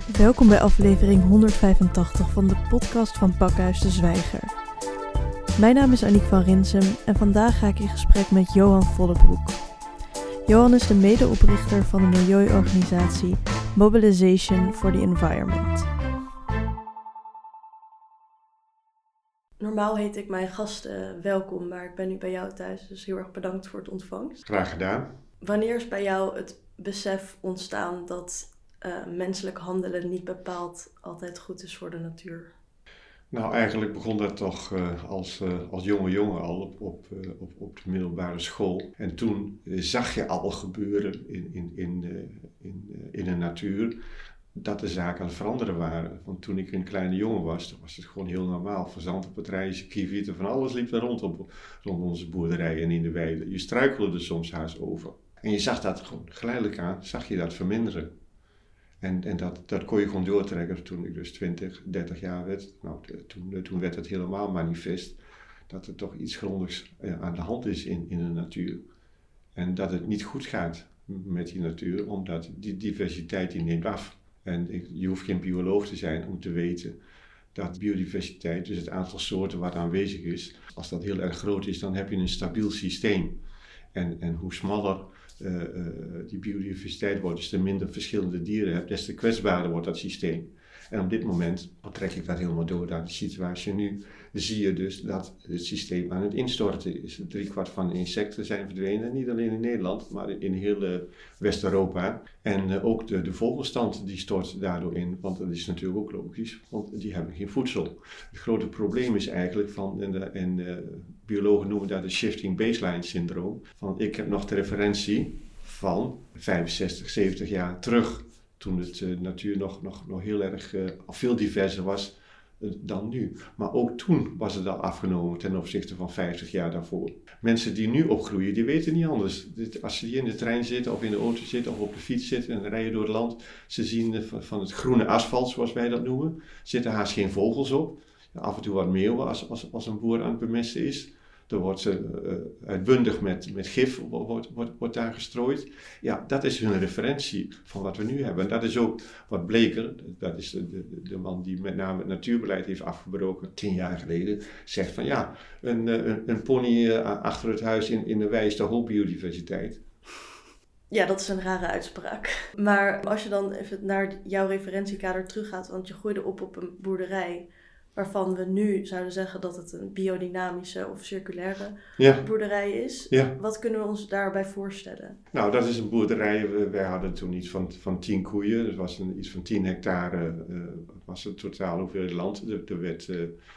Welkom bij aflevering 185 van de podcast van Pakhuis de Zwijger. Mijn naam is Aniek van Rinsum en vandaag ga ik in gesprek met Johan Vollebroek. Johan is de medeoprichter van de milieuorganisatie Mobilization for the Environment. Normaal heet ik mijn gasten welkom, maar ik ben nu bij jou thuis, dus heel erg bedankt voor het ontvangst. Graag gedaan. Wanneer is bij jou het besef ontstaan dat menselijk handelen niet bepaald altijd goed is voor de natuur? Nou, eigenlijk begon dat toch als jonge jongen al op de middelbare school. En toen zag je al gebeuren in de natuur dat de zaken aan het veranderen waren. Want toen ik een kleine jongen was het gewoon heel normaal. Verzand op het rijtje, kievieten, van alles liep daar rond onze boerderijen en in de weiden. Je struikelde er soms haast over. En je zag dat gewoon geleidelijk aan, zag je dat verminderen. En dat kon je gewoon doortrekken toen ik dus 20, 30 jaar werd. Nou, toen werd het helemaal manifest dat er toch iets grondigs aan de hand is in de natuur. En dat het niet goed gaat met die natuur, omdat die diversiteit die neemt af. En je hoeft geen bioloog te zijn om te weten dat biodiversiteit, dus het aantal soorten wat aanwezig is, als dat heel erg groot is, dan heb je een stabiel systeem. En hoe smaller die biodiversiteit wordt, dus te minder verschillende dieren hebt, des te kwetsbaarder wordt dat systeem. En op dit moment trek ik dat helemaal door naar de situatie nu. Zie je dus dat het systeem aan het instorten is. 3/4 van de insecten zijn verdwenen, niet alleen in Nederland, maar in heel West-Europa. En ook de vogelstand die stort daardoor in, want dat is natuurlijk ook logisch, want die hebben geen voedsel. Het grote probleem is eigenlijk biologen noemen dat het shifting baseline syndroom. Van ik heb nog de referentie van 65, 70 jaar terug, toen het natuur nog heel erg veel diverser was dan nu. Maar ook toen was het al afgenomen ten opzichte van 50 jaar daarvoor. Mensen die nu opgroeien, die weten niet anders. Als ze hier in de trein zitten of in de auto zitten of op de fiets zitten en rijden door het land, ze zien van het groene asfalt, zoals wij dat noemen, zitten haast geen vogels op. Af en toe wat meeuwen als een boer aan het bemesten is. Dan wordt ze uitbundig met gif wordt daar gestrooid. Ja, dat is hun referentie van wat we nu hebben. En dat is ook wat Bleker, dat is de man die met name het natuurbeleid heeft afgebroken 10 jaar geleden, zegt van ja, een pony achter het huis in de wei is toch ook biodiversiteit. Ja, dat is een rare uitspraak. Maar als je dan even naar jouw referentiekader teruggaat, want je groeide op een boerderij waarvan we nu zouden zeggen dat het een biodynamische of circulaire boerderij is. Ja. Wat kunnen we ons daarbij voorstellen? Nou, dat is een boerderij. Wij hadden toen iets van 10 koeien. Dat was iets van 10 hectare was het totaal hoeveelheid land. Er werd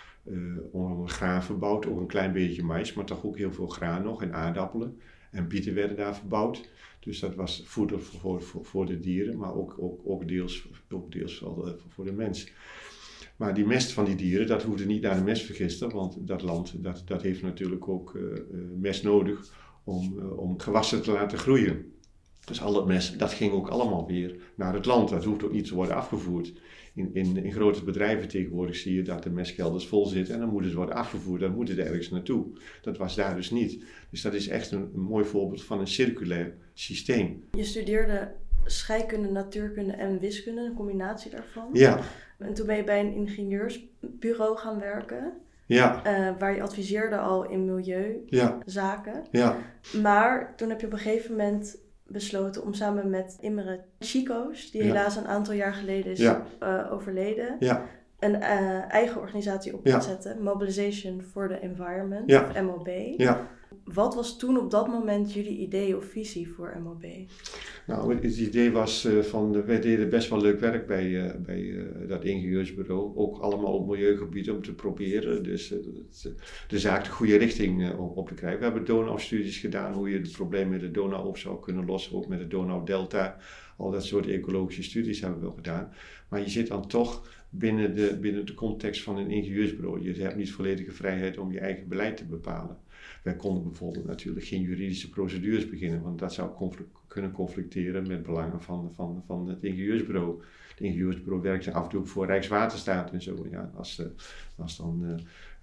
graan verbouwd, ook een klein beetje mais, maar toch ook heel veel graan nog en aardappelen. En bieten werden daar verbouwd. Dus dat was voeder voor de dieren, maar ook deels voor de mens. Maar die mest van die dieren, dat hoefde niet naar de mestvergister, want dat land dat heeft natuurlijk ook mest nodig om gewassen te laten groeien. Dus al dat mest, dat ging ook allemaal weer naar het land. Dat hoeft ook niet te worden afgevoerd. In grote bedrijven tegenwoordig zie je dat de mestkelders vol zitten en dan moet het worden afgevoerd, dan moet het ergens naartoe. Dat was daar dus niet. Dus dat is echt een mooi voorbeeld van een circulair systeem. Je studeerde scheikunde, natuurkunde en wiskunde, een combinatie daarvan. Ja. En toen ben je bij een ingenieursbureau gaan werken. Ja. Waar je adviseerde al in milieuzaken. Ja. Maar toen heb je op een gegeven moment besloten om samen met Imre Chico's, die helaas een aantal jaar geleden is overleden, een eigen organisatie op te zetten. Mobilization for the Environment, of MOB. Ja. Wat was toen op dat moment jullie idee of visie voor MOB? Nou, het idee was wij deden best wel leuk werk bij dat ingenieursbureau. Ook allemaal op milieugebied om te proberen dus de zaak de goede richting op te krijgen. We hebben Donau-studies gedaan, hoe je het probleem met de Donau op zou kunnen lossen. Ook met de Donau-delta. Al dat soort ecologische studies hebben we wel gedaan. Maar je zit dan toch binnen de context van een ingenieursbureau. Je hebt niet volledige vrijheid om je eigen beleid te bepalen. Wij konden bijvoorbeeld natuurlijk geen juridische procedures beginnen, want dat zou kunnen conflicteren met belangen van het ingenieursbureau. Het ingenieursbureau werkt af en toe voor Rijkswaterstaat en zo. Ja, als dan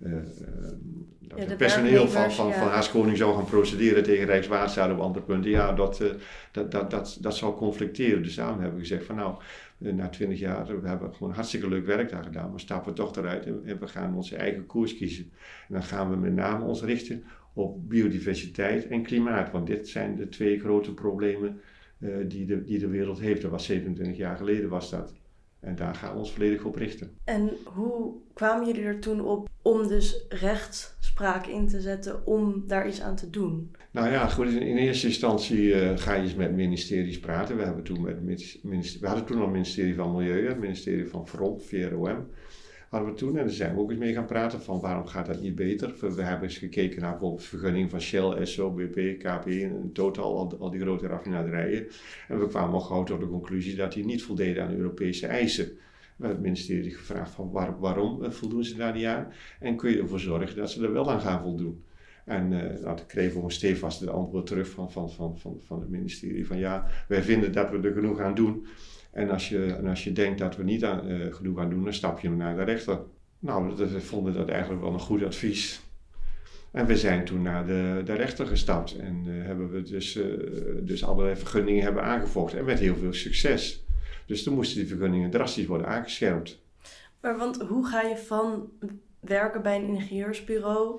het personeel van Haaskoning zou gaan procederen tegen Rijkswaterstaat op andere punten, ja, dat zou conflicteren. Dus daarom hebben we gezegd van nou, na 20 jaar, we hebben gewoon hartstikke leuk werk daar gedaan, maar stappen we toch eruit en we gaan onze eigen koers kiezen. En dan gaan we met name ons richten op biodiversiteit en klimaat, want dit zijn de 2 grote problemen die de wereld heeft. Dat was 27 jaar geleden was dat. En daar gaan we ons volledig op richten. En hoe kwamen jullie er toen op om dus rechtspraak in te zetten om daar iets aan te doen? Nou ja, goed, in eerste instantie ga je eens met ministeries praten. We hadden toen al het ministerie van Milieu, het ministerie van VROM. Hadden we toen, en daar zijn we ook eens mee gaan praten van waarom gaat dat niet beter. We hebben eens gekeken naar bijvoorbeeld vergunning van Shell, Esso, BP, KP en Total, al die grote raffinaderijen. En we kwamen al gauw tot de conclusie dat die niet voldeden aan Europese eisen. We hebben het ministerie gevraagd van waarom voldoen ze daar niet aan en kun je ervoor zorgen dat ze er wel aan gaan voldoen. En dan kregen we een stevast antwoord terug van het ministerie van ja, wij vinden dat we er genoeg aan doen. En als je denkt dat we niet genoeg aan doen, dan stap je naar de rechter. Nou, we vonden dat eigenlijk wel een goed advies. En we zijn toen naar de rechter gestapt en hebben we dus allerlei vergunningen hebben aangevochten en met heel veel succes. Dus toen moesten die vergunningen drastisch worden aangescherpt. Maar want hoe ga je van werken bij een ingenieursbureau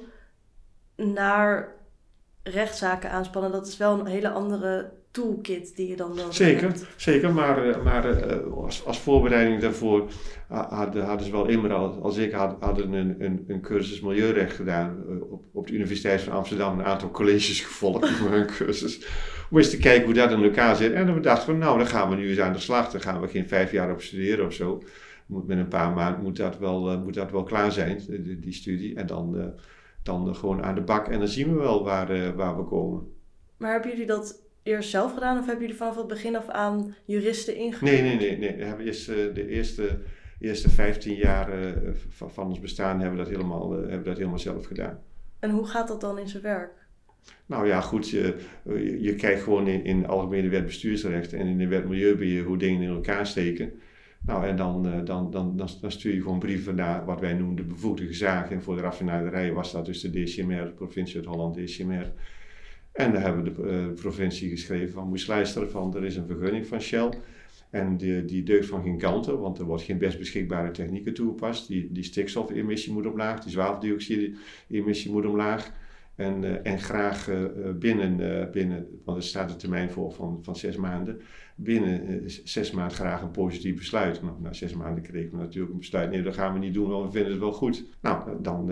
naar rechtszaken aanspannen? Dat is wel een hele andere toolkit die je dan hebt. Zeker, maar als voorbereiding daarvoor hadden zowel Imre als ik hadden een cursus milieurecht gedaan op de Universiteit van Amsterdam, een aantal colleges gevolgd voor een cursus. Om eens te kijken hoe dat in elkaar zit. En we dachten van nou, dan gaan we nu eens aan de slag. Dan gaan we geen 5 jaar op studeren of zo. Met een paar maanden moet dat wel klaar zijn, die studie. En dan gewoon aan de bak en dan zien we wel waar we komen. Maar hebben jullie dat eerst zelf gedaan of hebben jullie vanaf het begin af aan juristen ingehuurd? Nee. We hebben eerst de eerste 15 jaar van ons bestaan hebben we dat helemaal zelf gedaan. En hoe gaat dat dan in zijn werk? Nou ja, goed, je kijkt gewoon in de algemene wet bestuursrecht en in de wet milieubeheer hoe dingen in elkaar steken. Nou, en dan stuur je gewoon brieven naar wat wij noemen de bevoegde gezagen. En voor de raffinaderijen was dat dus de DCMR, de provincie Zuid-Holland DCMR. En dan hebben we de provincie geschreven van, moest luisteren van, er is een vergunning van Shell. En die deugt van geen kanten, want er wordt geen best beschikbare technieken toegepast. Die stikstofelmissie moet omlaag, die zwaveldioxide-emissie moet omlaag. En graag binnen, want er staat een termijn voor van 6 maanden, binnen 6 maanden graag een positief besluit. Nou, na 6 maanden kregen we natuurlijk een besluit, nee, dat gaan we niet doen, want we vinden het wel goed. Nou,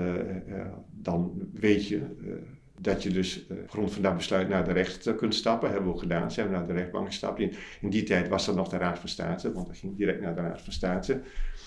dan weet je dat je dus op grond van dat besluit naar de rechter kunt stappen. Hebben we ook gedaan, zijn we naar de rechtbank gestapt. In die tijd was er nog de Raad van State, want dat ging direct naar de Raad van State.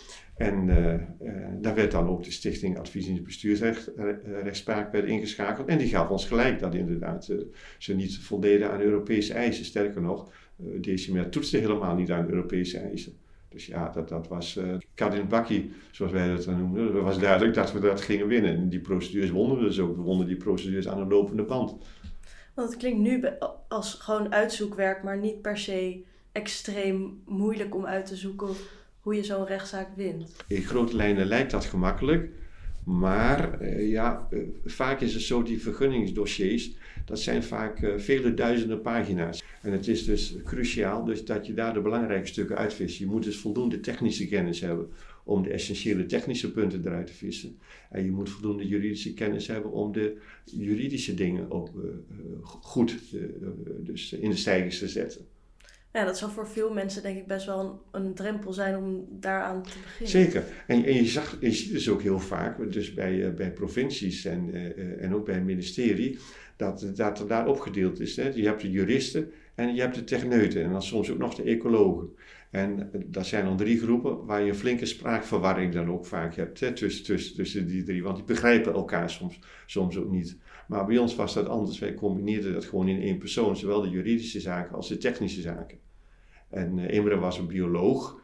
En daar werd dan ook de Stichting Advies in Bestuursrechtspraak werd ingeschakeld. En die gaf ons gelijk dat inderdaad ze niet voldeden aan Europese eisen. Sterker nog, DCMR toetste helemaal niet aan Europese eisen. Dus ja, dat was kat in het bakkie, zoals wij dat dan noemden. Het was duidelijk dat we dat gingen winnen. En die procedures wonnen we dus ook. We wonnen die procedures aan de lopende band. Want het klinkt nu als gewoon uitzoekwerk, maar niet per se extreem moeilijk om uit te zoeken hoe je zo'n rechtszaak wint. In grote lijnen lijkt dat gemakkelijk, maar vaak is het zo, die vergunningsdossiers, dat zijn vaak vele duizenden pagina's. En het is dus cruciaal dus dat je daar de belangrijke stukken uitvist. Je moet dus voldoende technische kennis hebben om de essentiële technische punten eruit te vissen. En je moet voldoende juridische kennis hebben om de juridische dingen ook goed dus in de stijgers te zetten. Ja, dat zal voor veel mensen denk ik best wel een drempel zijn om daaraan te beginnen. Zeker. En je ziet dus ook heel vaak, dus bij provincies en ook bij het ministerie, dat er daar opgedeeld is. Hè. Je hebt de juristen en je hebt de techneuten en dan soms ook nog de ecologen. En dat zijn dan 3 groepen waar je een flinke spraakverwarring dan ook vaak hebt, hè, tussen die 3. Want die begrijpen elkaar soms ook niet. Maar bij ons was dat anders. Wij combineerden dat gewoon in 1 persoon, zowel de juridische zaken als de technische zaken. En Imre was een bioloog,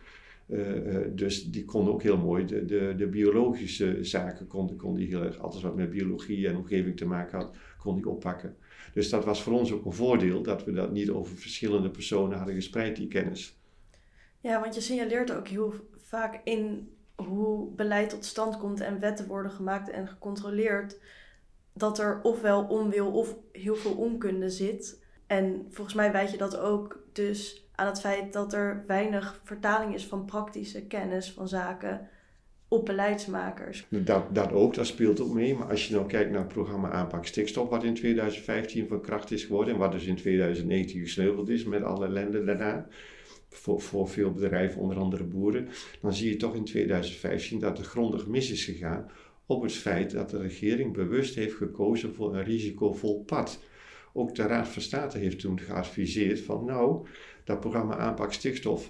dus die kon ook heel mooi de biologische zaken, kon die heel erg, alles wat met biologie en omgeving te maken had, kon die oppakken. Dus dat was voor ons ook een voordeel, dat we dat niet over verschillende personen hadden gespreid, die kennis. Ja, want je signaleert ook heel vaak in hoe beleid tot stand komt en wetten worden gemaakt en gecontroleerd, dat er ofwel onwil of heel veel onkunde zit. En volgens mij wijd je dat ook dus aan het feit dat er weinig vertaling is van praktische kennis van zaken op beleidsmakers. Dat speelt ook mee. Maar als je nou kijkt naar het programma Aanpak Stikstof, wat in 2015 van kracht is geworden en wat dus in 2019 gesneuveld is met alle ellende daarna, voor veel bedrijven, onder andere boeren, dan zie je toch in 2015 dat er grondig mis is gegaan op het feit dat de regering bewust heeft gekozen voor een risicovol pad. Ook de Raad van State heeft toen geadviseerd van dat programma Aanpak Stikstof,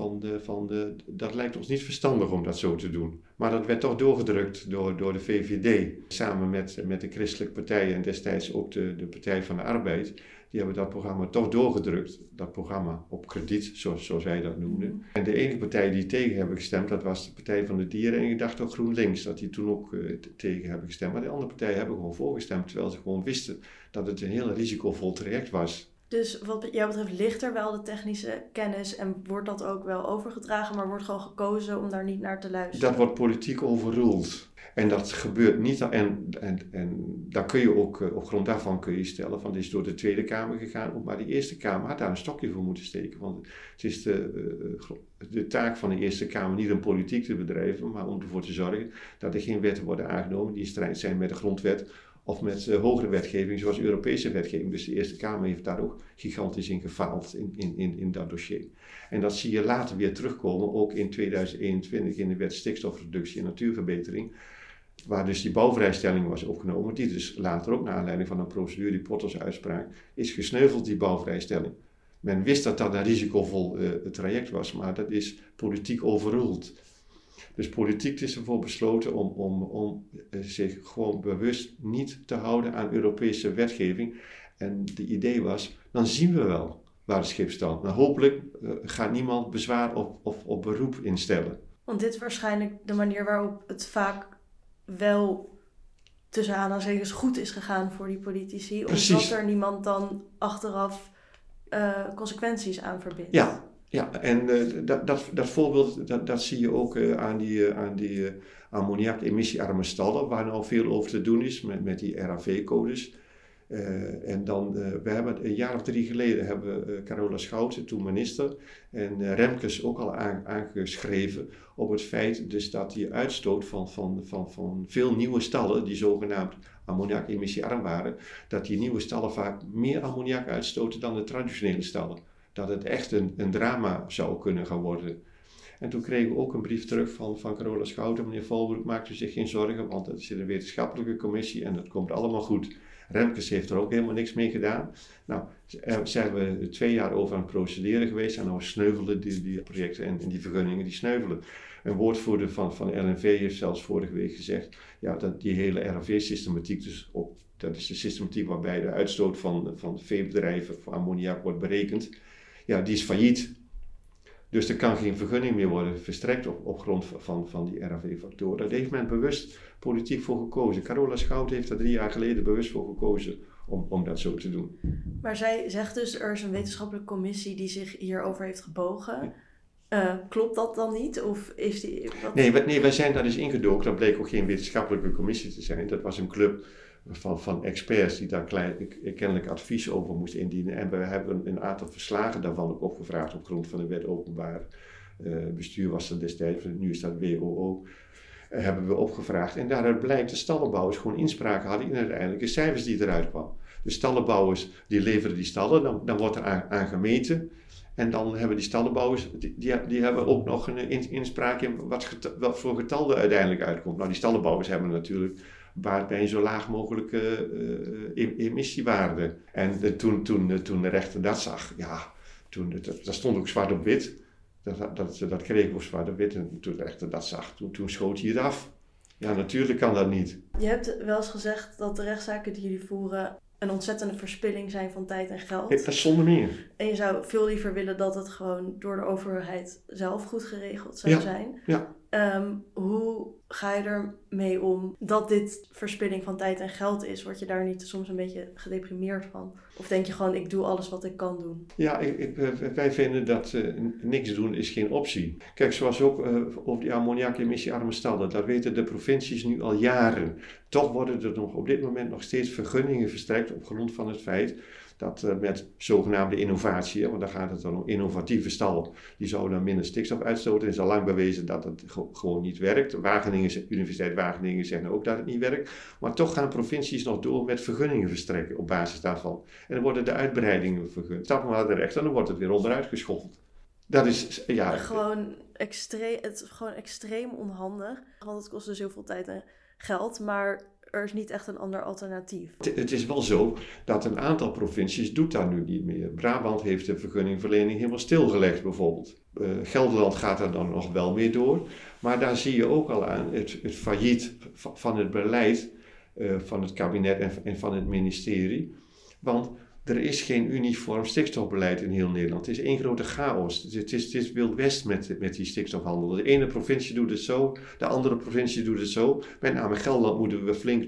dat lijkt ons niet verstandig om dat zo te doen. Maar dat werd toch doorgedrukt door de VVD, samen met de christelijke partijen en destijds ook de Partij van de Arbeid. Die hebben dat programma toch doorgedrukt, dat programma op krediet, zoals wij dat noemden. En de enige partij die tegen hebben gestemd, dat was de Partij van de Dieren. En ik dacht ook GroenLinks, dat die toen ook tegen hebben gestemd. Maar de andere partijen hebben gewoon voorgestemd, terwijl ze gewoon wisten dat het een heel risicovol traject was. Dus wat jou betreft ligt er wel de technische kennis en wordt dat ook wel overgedragen, maar wordt gewoon gekozen om daar niet naar te luisteren? Dat wordt politiek overruled. En dat gebeurt niet. En daar kun je ook, op grond daarvan kun je stellen, van dit is door de Tweede Kamer gegaan, maar die Eerste Kamer had daar een stokje voor moeten steken. Want het is de taak van de Eerste Kamer niet om politiek te bedrijven, maar om ervoor te zorgen dat er geen wetten worden aangenomen die in strijd zijn met de grondwet of met hogere wetgeving zoals Europese wetgeving. Dus de Eerste Kamer heeft daar ook gigantisch in gefaald in dat dossier. En dat zie je later weer terugkomen, ook in 2021 in de wet stikstofreductie en natuurverbetering, waar dus die bouwvrijstelling was opgenomen, die dus later ook naar aanleiding van een procedure, die Potters-uitspraak, is gesneuveld, die bouwvrijstelling. Men wist dat dat een risicovol traject was, maar dat is politiek overruled. Dus politiek is ervoor besloten om zich gewoon bewust niet te houden aan Europese wetgeving. En het idee was, dan zien we wel waar het schip staat. Maar hopelijk gaat niemand bezwaar of beroep instellen. Want dit is waarschijnlijk de manier waarop het vaak wel tussen aanhalingstekens goed is gegaan voor die politici. Precies. Omdat er niemand dan achteraf consequenties aan verbindt. Ja, en dat voorbeeld dat zie je ook aan die ammoniak-emissiearme stallen, waar nou veel over te doen is met die RAV-codes. En dan, we hebben een jaar of 3 geleden hebben Carola Schouten, toen minister, en Remkes ook al aangeschreven op het feit dus dat die uitstoot van veel nieuwe stallen, die zogenaamd ammoniak-emissiearm waren, dat die nieuwe stallen vaak meer ammoniak uitstoten dan de traditionele stallen. Dat het echt een drama zou kunnen gaan worden. En toen kregen we ook een brief terug van Carola Schouten. Meneer Volbroek, maakt u zich geen zorgen, want het is een wetenschappelijke commissie en dat komt allemaal goed. Remkes heeft er ook helemaal niks mee gedaan. Nou, zijn we 2 jaar over aan het procederen geweest en nou sneuvelen die projecten en die vergunningen, die sneuvelen. Een woordvoerder van LNV heeft zelfs vorige week gezegd, dat die hele RAV-systematiek, dat is de systematiek waarbij de uitstoot van veebedrijven van ammoniak wordt berekend, die is failliet. Dus er kan geen vergunning meer worden verstrekt op grond van die RAV-factoren. Daar heeft men bewust politiek voor gekozen. Carola Schouten heeft er 3 jaar geleden bewust voor gekozen om dat zo te doen. Maar zij zegt dus, er is een wetenschappelijke commissie die zich hierover heeft gebogen. Klopt dat dan niet? Of is die... Nee, wij zijn daar dus ingedoken. Dat bleek ook geen wetenschappelijke commissie te zijn. Dat was een club van experts die daar kennelijk advies over moesten indienen. En we hebben een aantal verslagen daarvan ook opgevraagd op grond van de wet openbaar bestuur was dat destijds, nu is dat WOO, hebben we opgevraagd. En daaruit blijkt dat stallenbouwers gewoon inspraak hadden in uiteindelijke cijfers die eruit kwamen. De stallenbouwers die leveren die stallen, dan wordt er aan gemeten. En dan hebben die stallenbouwers, die hebben ook nog een inspraak in wat voor getal er uiteindelijk uitkomt. Nou, die stallenbouwers hebben natuurlijk baat bij een zo laag mogelijke emissiewaarde. En toen de rechter dat zag, dat stond ook zwart op wit. Dat kreeg ik op zwart op wit. En toen de rechter dat zag, toen schoot hij het af. Ja, natuurlijk kan dat niet. Je hebt wel eens gezegd dat de rechtszaken die jullie voeren een ontzettende verspilling zijn van tijd en geld. Dat is zonder meer. En je zou veel liever willen dat het gewoon door de overheid zelf goed geregeld zou zijn. Ja. Hoe ga je ermee om dat dit verspilling van tijd en geld is? Word je daar niet soms een beetje gedeprimeerd van? Of denk je gewoon, ik doe alles wat ik kan doen? Ja, wij vinden dat niks doen is geen optie. Kijk, zoals ook over die ammoniak-emissiearme stallen, dat weten de provincies nu al jaren. Toch worden er op dit moment nog steeds vergunningen verstrekt op grond van het feit dat met zogenaamde innovatie, want daar gaat het dan om innovatieve stallen, die zouden dan minder stikstof uitstoten. Het is al lang bewezen dat het gewoon niet werkt. Universiteit Wageningen zegt ook dat het niet werkt. Maar toch gaan provincies nog door met vergunningen verstrekken op basis daarvan. En dan worden de uitbreidingen vergund. Stap maar de rechter en dan wordt het weer onderuit geschoffeld. Dat is, het is gewoon extreem onhandig. Want het kost dus heel veel tijd en geld, maar er is niet echt een ander alternatief. Het is wel zo dat een aantal provincies doet dat nu niet meer. Brabant heeft de vergunningverlening helemaal stilgelegd bijvoorbeeld. Gelderland gaat er dan nog wel mee door. Maar daar zie je ook al aan het failliet van het beleid van het kabinet en van het ministerie. Want er is geen uniform stikstofbeleid in heel Nederland. Het is één grote chaos. Het is Wild West met die stikstofhandel. De ene provincie doet het zo, de andere provincie doet het zo. Met name Gelderland moeten we flink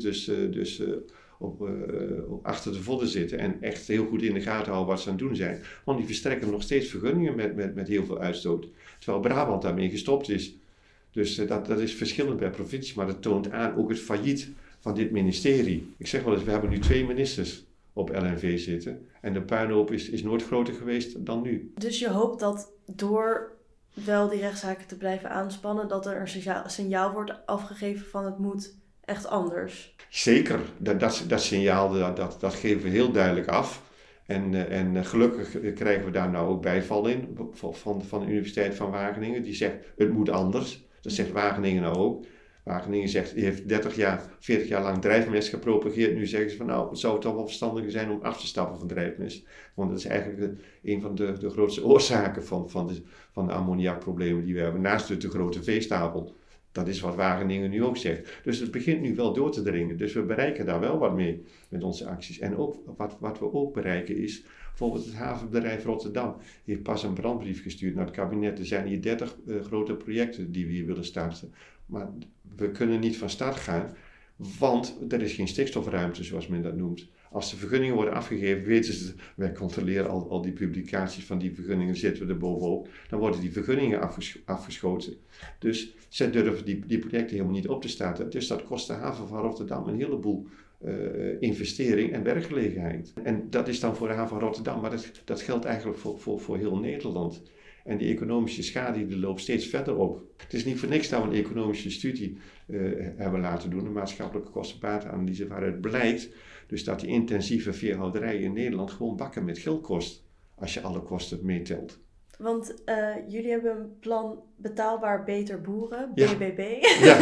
achter de vodden zitten en echt heel goed in de gaten houden wat ze aan het doen zijn. Want die verstrekken nog steeds vergunningen met heel veel uitstoot. Terwijl Brabant daarmee gestopt is. Dus dat is verschillend per provincie, maar dat toont aan ook het failliet van dit ministerie. Ik zeg wel eens, we hebben nu 2 ministers op LNV zitten. En de puinhoop is nooit groter geweest dan nu. Dus je hoopt dat door wel die rechtszaken te blijven aanspannen, dat er een signaal wordt afgegeven van het moet echt anders? Zeker. Dat signaal dat geven we heel duidelijk af. En gelukkig krijgen we daar nou ook bijval in van de Universiteit van Wageningen. Die zegt het moet anders. Dat zegt Wageningen nou ook. Wageningen zegt, die heeft 40 jaar lang drijfmest gepropageerd. Nu zeggen ze van nou, het zou toch wel verstandiger zijn om af te stappen van drijfmest. Want dat is eigenlijk een van de grootste oorzaken van de ammoniakproblemen die we hebben. Naast de grote veestapel. Dat is wat Wageningen nu ook zegt. Dus het begint nu wel door te dringen. Dus we bereiken daar wel wat mee met onze acties. En ook wat we ook bereiken is, bijvoorbeeld het havenbedrijf Rotterdam heeft pas een brandbrief gestuurd naar het kabinet. Er zijn hier 30 grote projecten die we hier willen starten. Maar we kunnen niet van start gaan, want er is geen stikstofruimte zoals men dat noemt. Als de vergunningen worden afgegeven, weten ze, wij controleren al die publicaties van die vergunningen, zitten we er bovenop, dan worden die vergunningen afgeschoten. Dus zij durven die projecten helemaal niet op te starten. Dus dat kost de haven van Rotterdam een heleboel investering en werkgelegenheid. En dat is dan voor de haven van Rotterdam, maar dat geldt eigenlijk voor heel Nederland. En die economische schade die loopt steeds verder op. Het is niet voor niks dat we een economische studie hebben laten doen, een maatschappelijke kostenbatenanalyse, waaruit blijkt dus dat die intensieve veehouderij in Nederland gewoon bakken met geld kost, als je alle kosten meetelt. Want jullie hebben een plan Betaalbaar Beter Boeren, BBB. Ja.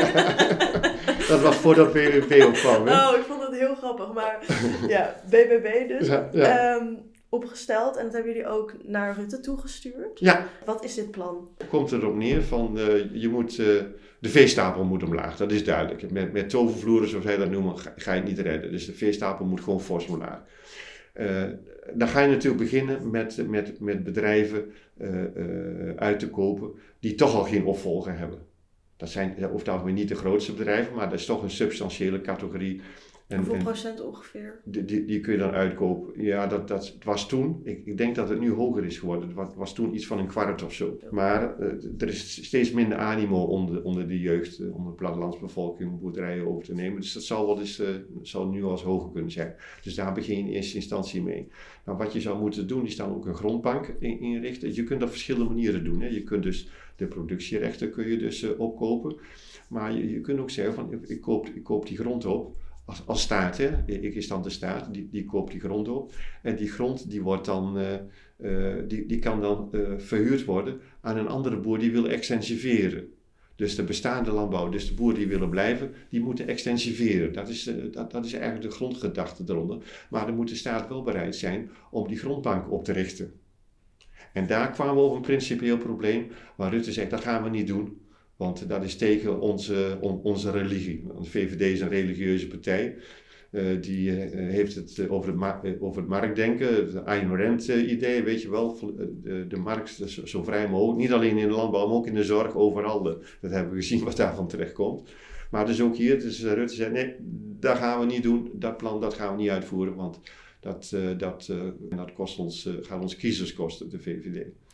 Dat was voordat BBB opkwam. Hè? Oh, ik vond het heel grappig, maar ja, BBB dus. Ja. Opgesteld en dat hebben jullie ook naar Rutte toegestuurd. Ja. Wat is dit plan? Komt erop neer van de veestapel moet omlaag, dat is duidelijk. Met tovervloeren, zoals wij dat noemen, ga je het niet redden. Dus de veestapel moet gewoon fors omlaag. Dan ga je natuurlijk beginnen met bedrijven uit te kopen die toch al geen opvolger hebben. Dat zijn over het algemeen niet de grootste bedrijven, maar dat is toch een substantiële categorie. Hoeveel procent ongeveer? Die kun je dan uitkopen. Ja, dat was toen. Ik denk dat het nu hoger is geworden. Het was toen iets van 1/4 of zo. Maar er is steeds minder animo onder de jeugd, onder de plattelandsbevolking, om boerderijen over te nemen. Dus dat zal nu al eens hoger kunnen zijn. Dus daar begin je in eerste instantie mee. Maar wat je zou moeten doen, is dan ook een grondbank inrichten. Je kunt dat op verschillende manieren doen. Hè. Je kunt dus de productierechten opkopen. Maar je kunt ook zeggen van ik koop die grond op. Als staat, hè? Ik is dan de staat, die koopt die grond op. En die grond die wordt dan, die kan dan verhuurd worden aan een andere boer die wil extensiveren. Dus de bestaande landbouw, dus de boeren die willen blijven, die moeten extensiveren. Dat is eigenlijk de grondgedachte eronder. Maar dan moet de staat wel bereid zijn om die grondbank op te richten. En daar kwamen we op een principieel probleem waar Rutte zegt, dat gaan we niet doen. Want dat is tegen onze religie. Want de VVD is een religieuze partij. Die heeft het over het marktdenken, het Ayn Rand idee, weet je wel. De markt zo vrij mogelijk. Niet alleen in de landbouw, maar ook in de zorg, overal. Dat hebben we gezien wat daarvan terechtkomt. Maar dus ook hier, dus Rutte zei, nee, dat gaan we niet doen. Dat plan dat gaan we niet uitvoeren, want dat gaat ons kiezers kosten, de VVD.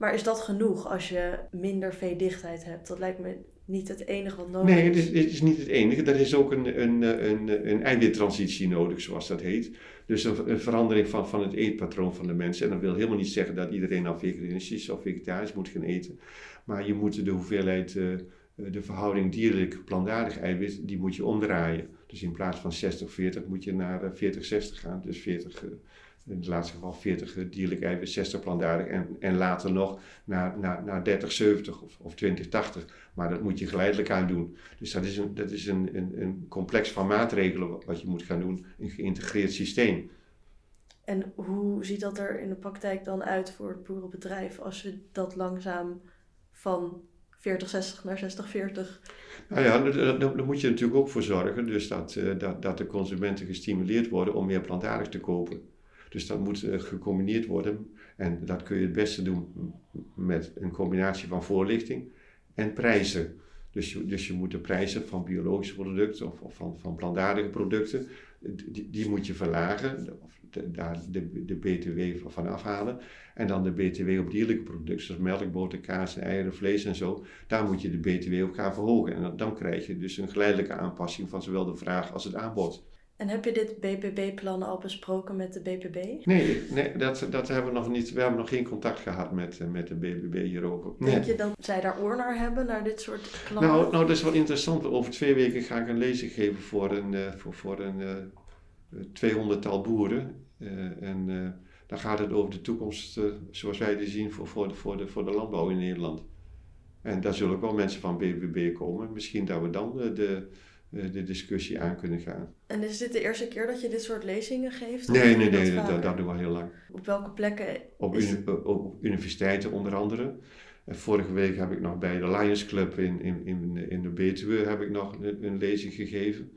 Maar is dat genoeg als je minder veedichtheid hebt? Dat lijkt me niet het enige wat nodig is. Nee, het is niet het enige. Er is ook een eiwittransitie nodig, zoals dat heet. Dus een verandering van het eetpatroon van de mensen. En dat wil helemaal niet zeggen dat iedereen nou veganistisch of vegetarisch moet gaan eten. Maar je moet de hoeveelheid, de verhouding dierlijk plantaardig eiwit, die moet je omdraaien. Dus in plaats van 60-40 moet je naar 40-60 gaan. Dus 40, in het laatste geval 40 dierlijk eiwit, 60 plantaardig en later nog naar 30-70 of 20-80. Maar dat moet je geleidelijk aan doen. Dus dat is een complex van maatregelen wat je moet gaan doen, een geïntegreerd systeem. En hoe ziet dat er in de praktijk dan uit voor het boerenbedrijf als we dat langzaam van 40-60 naar 60-40? Nou ja, daar moet je natuurlijk ook voor zorgen, dus dat de consumenten gestimuleerd worden om meer plantaardig te kopen. Dus dat moet gecombineerd worden en dat kun je het beste doen met een combinatie van voorlichting en prijzen. Dus je moet de prijzen van biologische producten of van plantaardige producten, die moet je verlagen, daar de BTW van afhalen. En dan de BTW op dierlijke producten, zoals melk, boter, kaas, eieren, vlees en zo, daar moet je de BTW op gaan verhogen. En dan krijg je dus een geleidelijke aanpassing van zowel de vraag als het aanbod. En heb je dit BBB-plan al besproken met de BBB? Nee, dat hebben we nog niet. We hebben nog geen contact gehad met de BBB hierover. Nee. Denk je dat zij daar oor naar hebben, naar dit soort plannen? Nou, dat is wel interessant. Over 2 weken ga ik een lezing geven voor een 200-tal boeren. Dan gaat het over de toekomst zoals wij die zien voor de landbouw in Nederland. En daar zullen ook wel mensen van BBB komen. Misschien dat we dan de discussie aan kunnen gaan. En is dit de eerste keer dat je dit soort lezingen geeft? Nee, dat doen we al heel lang. Op welke plekken? Op universiteiten onder andere. Vorige week heb ik nog bij de Lions Club in de Betuwe heb ik nog een lezing gegeven.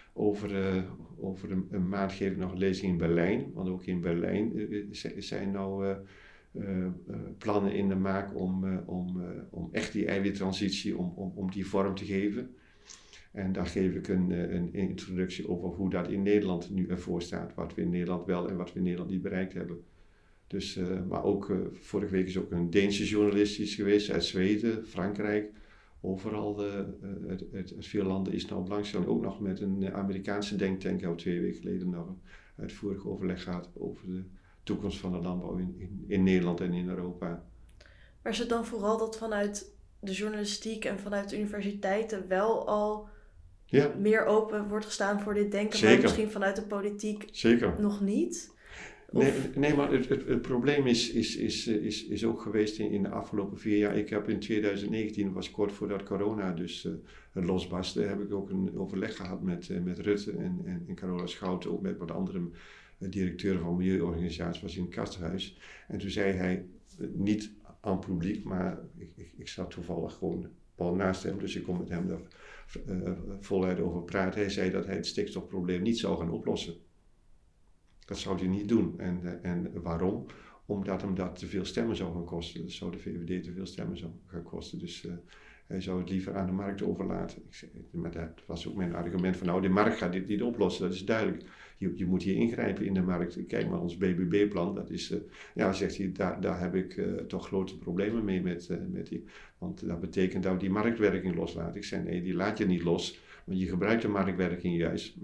Over een maand geef ik nog een lezing in Berlijn. Want ook in Berlijn zijn nou plannen in de maak om echt die eiwittransitie, om die vorm te geven. En daar geef ik een introductie over hoe dat in Nederland nu ervoor staat. Wat we in Nederland wel en wat we in Nederland niet bereikt hebben. Dus, maar ook vorige week is ook een Deense journalist geweest uit Zweden, Frankrijk. Overal, uit veel landen is nou belangstelling. Ook nog met een Amerikaanse denktank. Ik heb 2 weken geleden nog een uitvoerig overleg gehad over de toekomst van de landbouw in Nederland en in Europa. Maar is het dan vooral dat vanuit de journalistiek en vanuit de universiteiten wel al meer open wordt gestaan voor dit denken, Zeker. Maar misschien vanuit de politiek nog niet? Nee, maar het probleem is ook geweest in de afgelopen 4 jaar. Ik heb in 2019, was kort voordat corona dus losbarstte, heb ik ook een overleg gehad met Rutte en Carola Schouten, ook met wat andere directeuren van milieuorganisaties, was in het Kasthuis. En toen zei hij, niet aan het publiek, maar ik zat toevallig gewoon pal naast hem, dus ik kon met hem daar voluit over praten. Hij zei dat hij het stikstofprobleem niet zou gaan oplossen. Dat zou hij niet doen. En waarom? Omdat hem dat te veel stemmen zou gaan kosten. Dat zou de VVD te veel stemmen zou gaan kosten. Dus hij zou het liever aan de markt overlaten. Maar dat was ook mijn argument van, nou, de markt gaat dit niet oplossen. Dat is duidelijk. Je moet hier ingrijpen in de markt. Kijk maar, ons BBB-plan, dat is, zegt hij, daar heb ik toch grote problemen mee met die. Want dat betekent dat we die marktwerking loslaten. Ik zei, nee, die laat je niet los. Want je gebruikt de marktwerking juist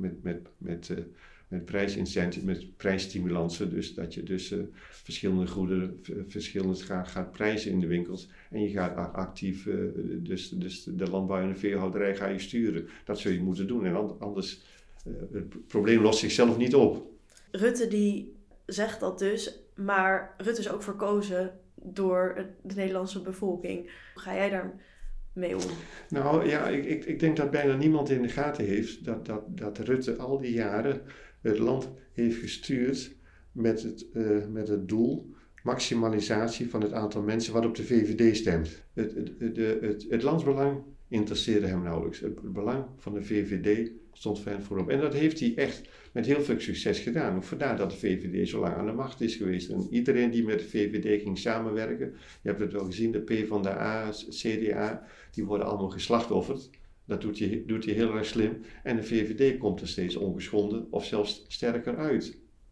met prijsincentives, met prijsstimulansen, dus dat je verschillende goederen verschillend gaat prijzen in de winkels. En je gaat actief dus de landbouw en de veehouderij ga je sturen. Dat zul je moeten doen en anders, het probleem lost zichzelf niet op. Rutte die zegt dat dus, maar Rutte is ook verkozen door de Nederlandse bevolking. Hoe ga jij daar mee om? Nou ja, ik denk dat bijna niemand in de gaten heeft dat Rutte al die jaren het land heeft gestuurd met het doel maximalisatie van het aantal mensen wat op de VVD stemt. Het landsbelang interesseerde hem nauwelijks. Het belang van de VVD stond voor hem voorop. En dat heeft hij echt met heel veel succes gedaan. Ook vandaar dat de VVD zo lang aan de macht is geweest. En iedereen die met de VVD ging samenwerken, je hebt het wel gezien, de PvdA, CDA, die worden allemaal geslachtofferd. Dat doet hij heel erg slim. En de VVD komt er steeds ongeschonden of zelfs sterker uit.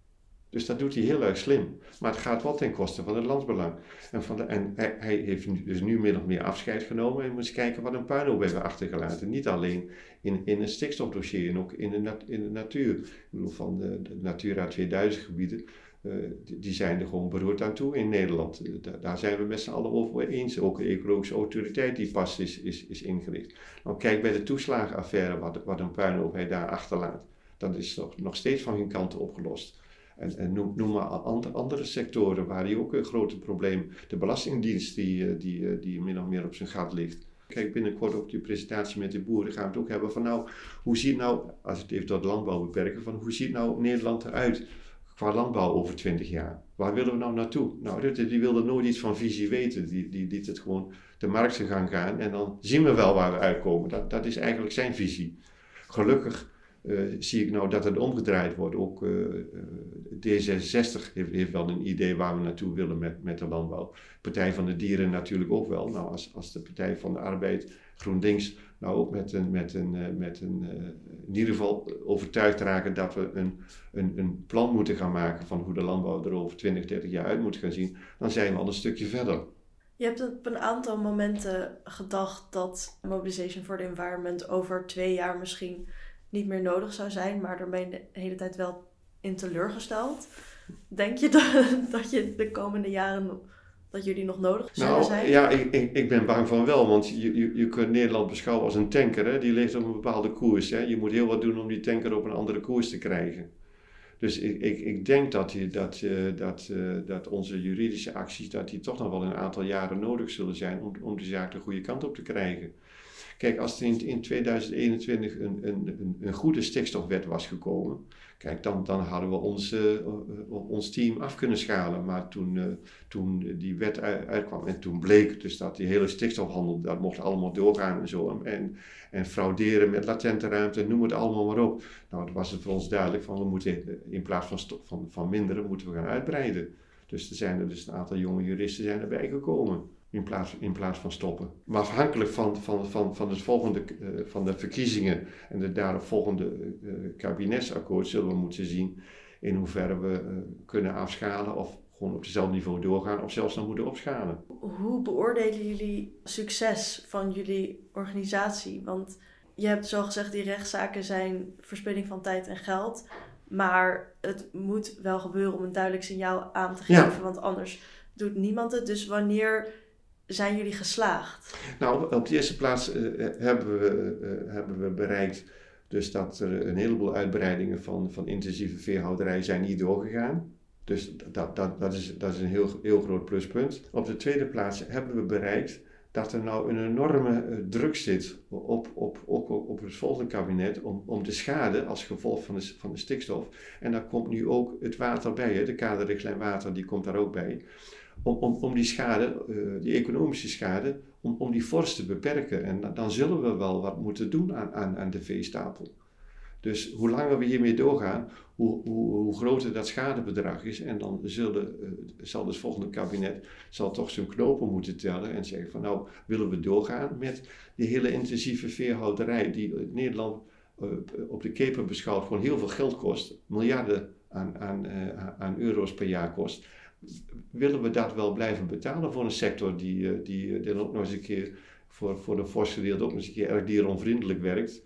Dus dat doet hij heel erg slim. Maar het gaat wel ten koste van het landsbelang. En hij heeft dus nu min of meer afscheid genomen. En moet eens kijken wat een puinhoop hebben achtergelaten. Niet alleen in een stikstofdossier en ook in de natuur. Ik bedoel, van de Natura 2000 gebieden. Die zijn er gewoon beroerd aan toe in Nederland. Daar zijn we met z'n allen over eens. Ook de ecologische autoriteit die pas is ingericht. Nou, kijk bij de toeslagenaffaire wat een puinhoop hij daar achterlaat. Dat is nog steeds van geen kanten opgelost. En noem maar andere sectoren waar hij ook een grote probleem. De Belastingdienst die min of meer op zijn gat ligt. Kijk, binnenkort op die presentatie met de boeren gaan we het ook hebben van hoe ziet nou, als we het even tot landbouw beperken, van hoe ziet nou Nederland eruit qua landbouw over 20 jaar? Waar willen we nou naartoe? Nou, Rutte die wilde nooit iets van visie weten. Die liet het gewoon de markt gaan en dan zien we wel waar we uitkomen. Dat is eigenlijk zijn visie. Gelukkig zie ik nou dat het omgedraaid wordt. Ook D66 heeft wel een idee waar we naartoe willen met de landbouw. Partij van de Dieren natuurlijk ook wel. Nou, als de Partij van de Arbeid, GroenLinks, nou ook in ieder geval overtuigd raken dat we een plan moeten gaan maken van hoe de landbouw er over 20, 30 jaar uit moet gaan zien, dan zijn we al een stukje verder. Je hebt op een aantal momenten gedacht dat Mobilization for the Environment over 2 jaar misschien niet meer nodig zou zijn, maar daar ben je de hele tijd wel in teleurgesteld. Denk je dat je de komende jaren dat jullie nog nodig zullen zijn? Ja, ik ben bang van wel, want je kunt Nederland beschouwen als een tanker. Hè? Die ligt op een bepaalde koers. Hè? Je moet heel wat doen om die tanker op een andere koers te krijgen. Dus ik denk dat onze juridische acties dat die toch nog wel een aantal jaren nodig zullen zijn om de zaak de goede kant op te krijgen. Kijk, als er in 2021 een goede stikstofwet was gekomen, kijk, dan hadden we ons team af kunnen schalen. Maar toen die wet uitkwam en toen bleek dus dat die hele stikstofhandel, dat mocht allemaal doorgaan en zo. En frauderen met latente ruimte, noem het allemaal maar op. Nou, dan was het voor ons duidelijk van we moeten in plaats van minderen, moeten we gaan uitbreiden. Dus er zijn er dus een aantal jonge juristen erbij gekomen. In plaats van stoppen. Maar afhankelijk van het volgende, van de verkiezingen en de daaropvolgende kabinetsakkoord zullen we moeten zien in hoeverre we kunnen afschalen of gewoon op hetzelfde niveau doorgaan of zelfs nog moeten opschalen. Hoe beoordelen jullie succes van jullie organisatie? Want je hebt zo gezegd, die rechtszaken zijn verspilling van tijd en geld. Maar het moet wel gebeuren om een duidelijk signaal aan te geven, want anders doet niemand het. Dus wanneer zijn jullie geslaagd? Nou, op de eerste plaats hebben we bereikt dus dat er een heleboel uitbreidingen van intensieve veehouderij zijn niet doorgegaan. Dus dat is een heel groot pluspunt. Op de tweede plaats hebben we bereikt dat er nou een enorme druk zit op het volgende kabinet om de schade als gevolg van de stikstof. En daar komt nu ook het water bij, hè? De kaderrichtlijn water, die komt daar ook bij. Om die schade, die economische schade, om die fors te beperken. En dan zullen we wel wat moeten doen aan de veestapel. Dus hoe langer we hiermee doorgaan, hoe groter dat schadebedrag is. En dan zal het volgende kabinet toch zijn knopen moeten tellen en zeggen van nou, willen we doorgaan met die hele intensieve veehouderij die Nederland op de keper beschouwd gewoon heel veel geld kost, miljarden aan euro's per jaar kost. Willen we dat wel blijven betalen voor een sector die dan ook nog eens een keer voor de forse gedeelte ook nog eens een keer erg dieronvriendelijk werkt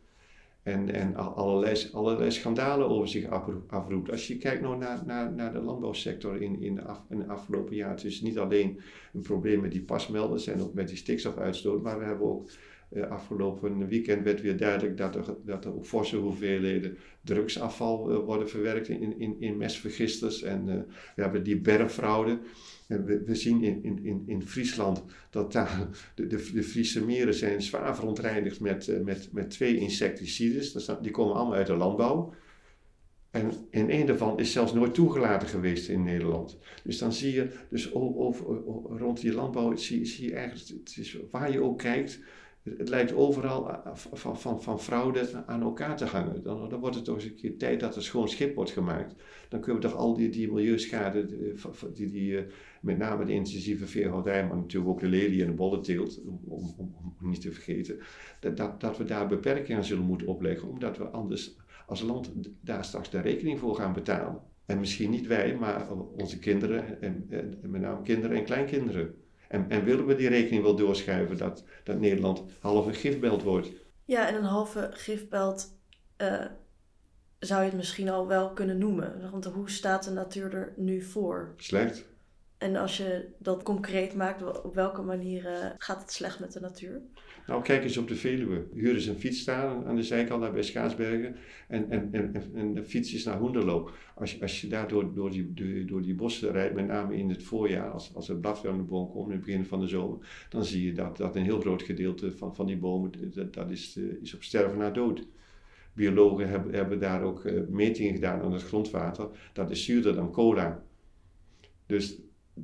en allerlei schandalen over zich afroept. Als je kijkt nou naar de landbouwsector in de afgelopen jaar, het is niet alleen een probleem met die pasmelders en ook met die stikstofuitstoot, maar we hebben ook afgelopen weekend werd weer duidelijk dat er ook forse hoeveelheden drugsafval worden verwerkt in mestvergisters. En we hebben die bermfraude. We zien in Friesland dat daar de Friese meren zijn zwaar verontreinigd met 2 insecticides. Die komen allemaal uit de landbouw. En één daarvan is zelfs nooit toegelaten geweest in Nederland. Dus dan zie je, dus rond die landbouw zie je eigenlijk, het is, waar je ook kijkt, het lijkt overal van fraude aan elkaar te hangen. Dan wordt het toch eens een keer tijd dat er schoon schip wordt gemaakt. Dan kunnen we toch al die milieuschade, die met name de intensieve veehouderij, maar natuurlijk ook de lelie en de bollenteelt, om niet te vergeten, dat we daar beperkingen aan zullen moeten opleggen, omdat we anders als land daar straks de rekening voor gaan betalen. En misschien niet wij, maar onze kinderen en met name kinderen en kleinkinderen. En willen we die rekening wel doorschuiven dat Nederland half een gifbelt wordt? Ja, en een halve gifbelt zou je het misschien al wel kunnen noemen. Want hoe staat de natuur er nu voor? Slecht. En als je dat concreet maakt, op welke manier gaat het slecht met de natuur? Nou, kijk eens op de Veluwe. Huur eens een fiets staan aan de zijkant daar bij Schaarsbergen en de fiets is naar Hoenderloo. Als je daar door die bossen rijdt, met name in het voorjaar, als er blad aan de boom komt in het begin van de zomer, dan zie je dat een heel groot gedeelte van die bomen, dat is op sterven na dood. Biologen hebben daar ook metingen gedaan aan het grondwater. Dat is zuurder dan cola. Dus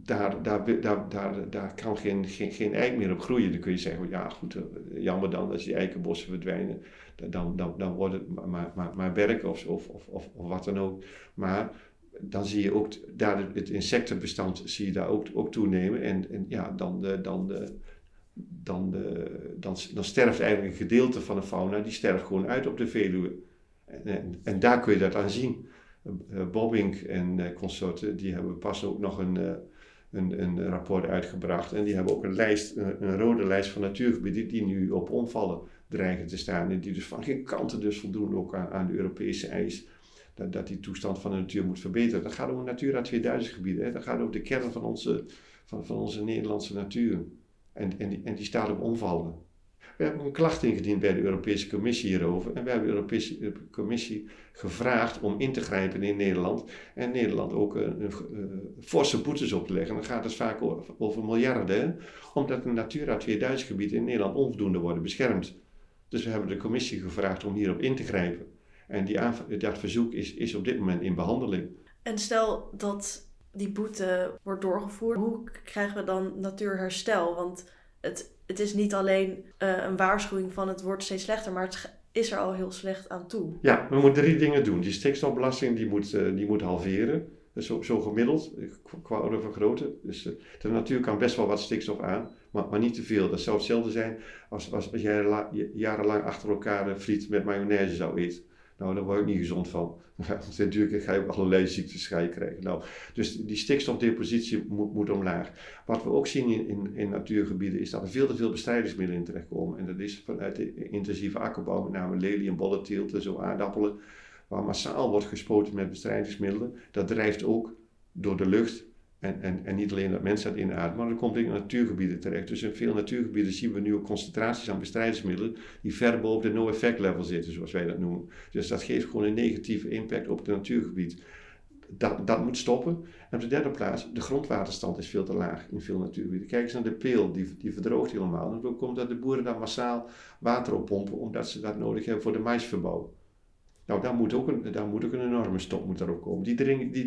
daar kan geen eik meer op groeien. Dan kun je zeggen, ja goed, jammer dan als die eikenbossen verdwijnen. Dan wordt het maar berk of wat dan ook. Maar dan zie je ook, daar het insectenbestand zie je daar ook toenemen. En ja, dan sterft eigenlijk een gedeelte van de fauna, die sterft gewoon uit op de Veluwe. En daar kun je dat aan zien. Bobbink en consorten, die hebben pas ook nog een rapport uitgebracht. En die hebben ook een rode lijst van natuurgebieden die nu op omvallen dreigen te staan. En die dus van geen kanten dus voldoen ook aan de Europese eis. Dat die toestand van de natuur moet verbeteren. Dat gaat om Natura 2000 gebieden. Hè. Dat gaat over de kern van onze Nederlandse natuur. En die staat op omvallen. We hebben een klacht ingediend bij de Europese Commissie hierover. En we hebben de Europese Commissie gevraagd om in te grijpen in Nederland. En Nederland ook een forse boetes op te leggen. Dan gaat het vaak over miljarden. Omdat de Natura 2000 gebieden in Nederland onvoldoende worden beschermd. Dus we hebben de Commissie gevraagd om hierop in te grijpen. En dat verzoek is op dit moment in behandeling. En stel dat die boete wordt doorgevoerd, hoe krijgen we dan natuurherstel? Want het is niet alleen een waarschuwing van het wordt steeds slechter, maar het is er al heel slecht aan toe. Ja, we moeten 3 dingen doen. Die stikstofbelasting die moet halveren, zo gemiddeld, qua orde van grootte. Dus de natuur kan best wel wat stikstof aan, maar niet te veel. Dat zou hetzelfde zijn als jij jarenlang achter elkaar friet met mayonaise zou eten. Nou, daar word ik niet gezond van. Natuurlijk ga je ook allerlei ziektes krijgen. Nou, dus die stikstofdepositie moet omlaag. Wat we ook zien in natuurgebieden is dat er veel te veel bestrijdingsmiddelen in terechtkomen. En dat is vanuit de intensieve akkerbouw, met name lelie en bollenteelt en zo aardappelen, waar massaal wordt gespoten met bestrijdingsmiddelen. Dat drijft ook door de lucht. En niet alleen dat mensen dat inademen, maar dat komt in natuurgebieden terecht. Dus in veel natuurgebieden zien we nu ook concentraties aan bestrijdingsmiddelen die ver boven de no-effect level zitten, zoals wij dat noemen. Dus dat geeft gewoon een negatieve impact op het natuurgebied. Dat moet stoppen. En op de derde plaats, de grondwaterstand is veel te laag in veel natuurgebieden. Kijk eens naar de Peel, die verdroogt helemaal. En dan komt dat de boeren daar massaal water op pompen, omdat ze dat nodig hebben voor de maïsverbouw. Nou, daar moet ook een enorme stop daarop komen. Die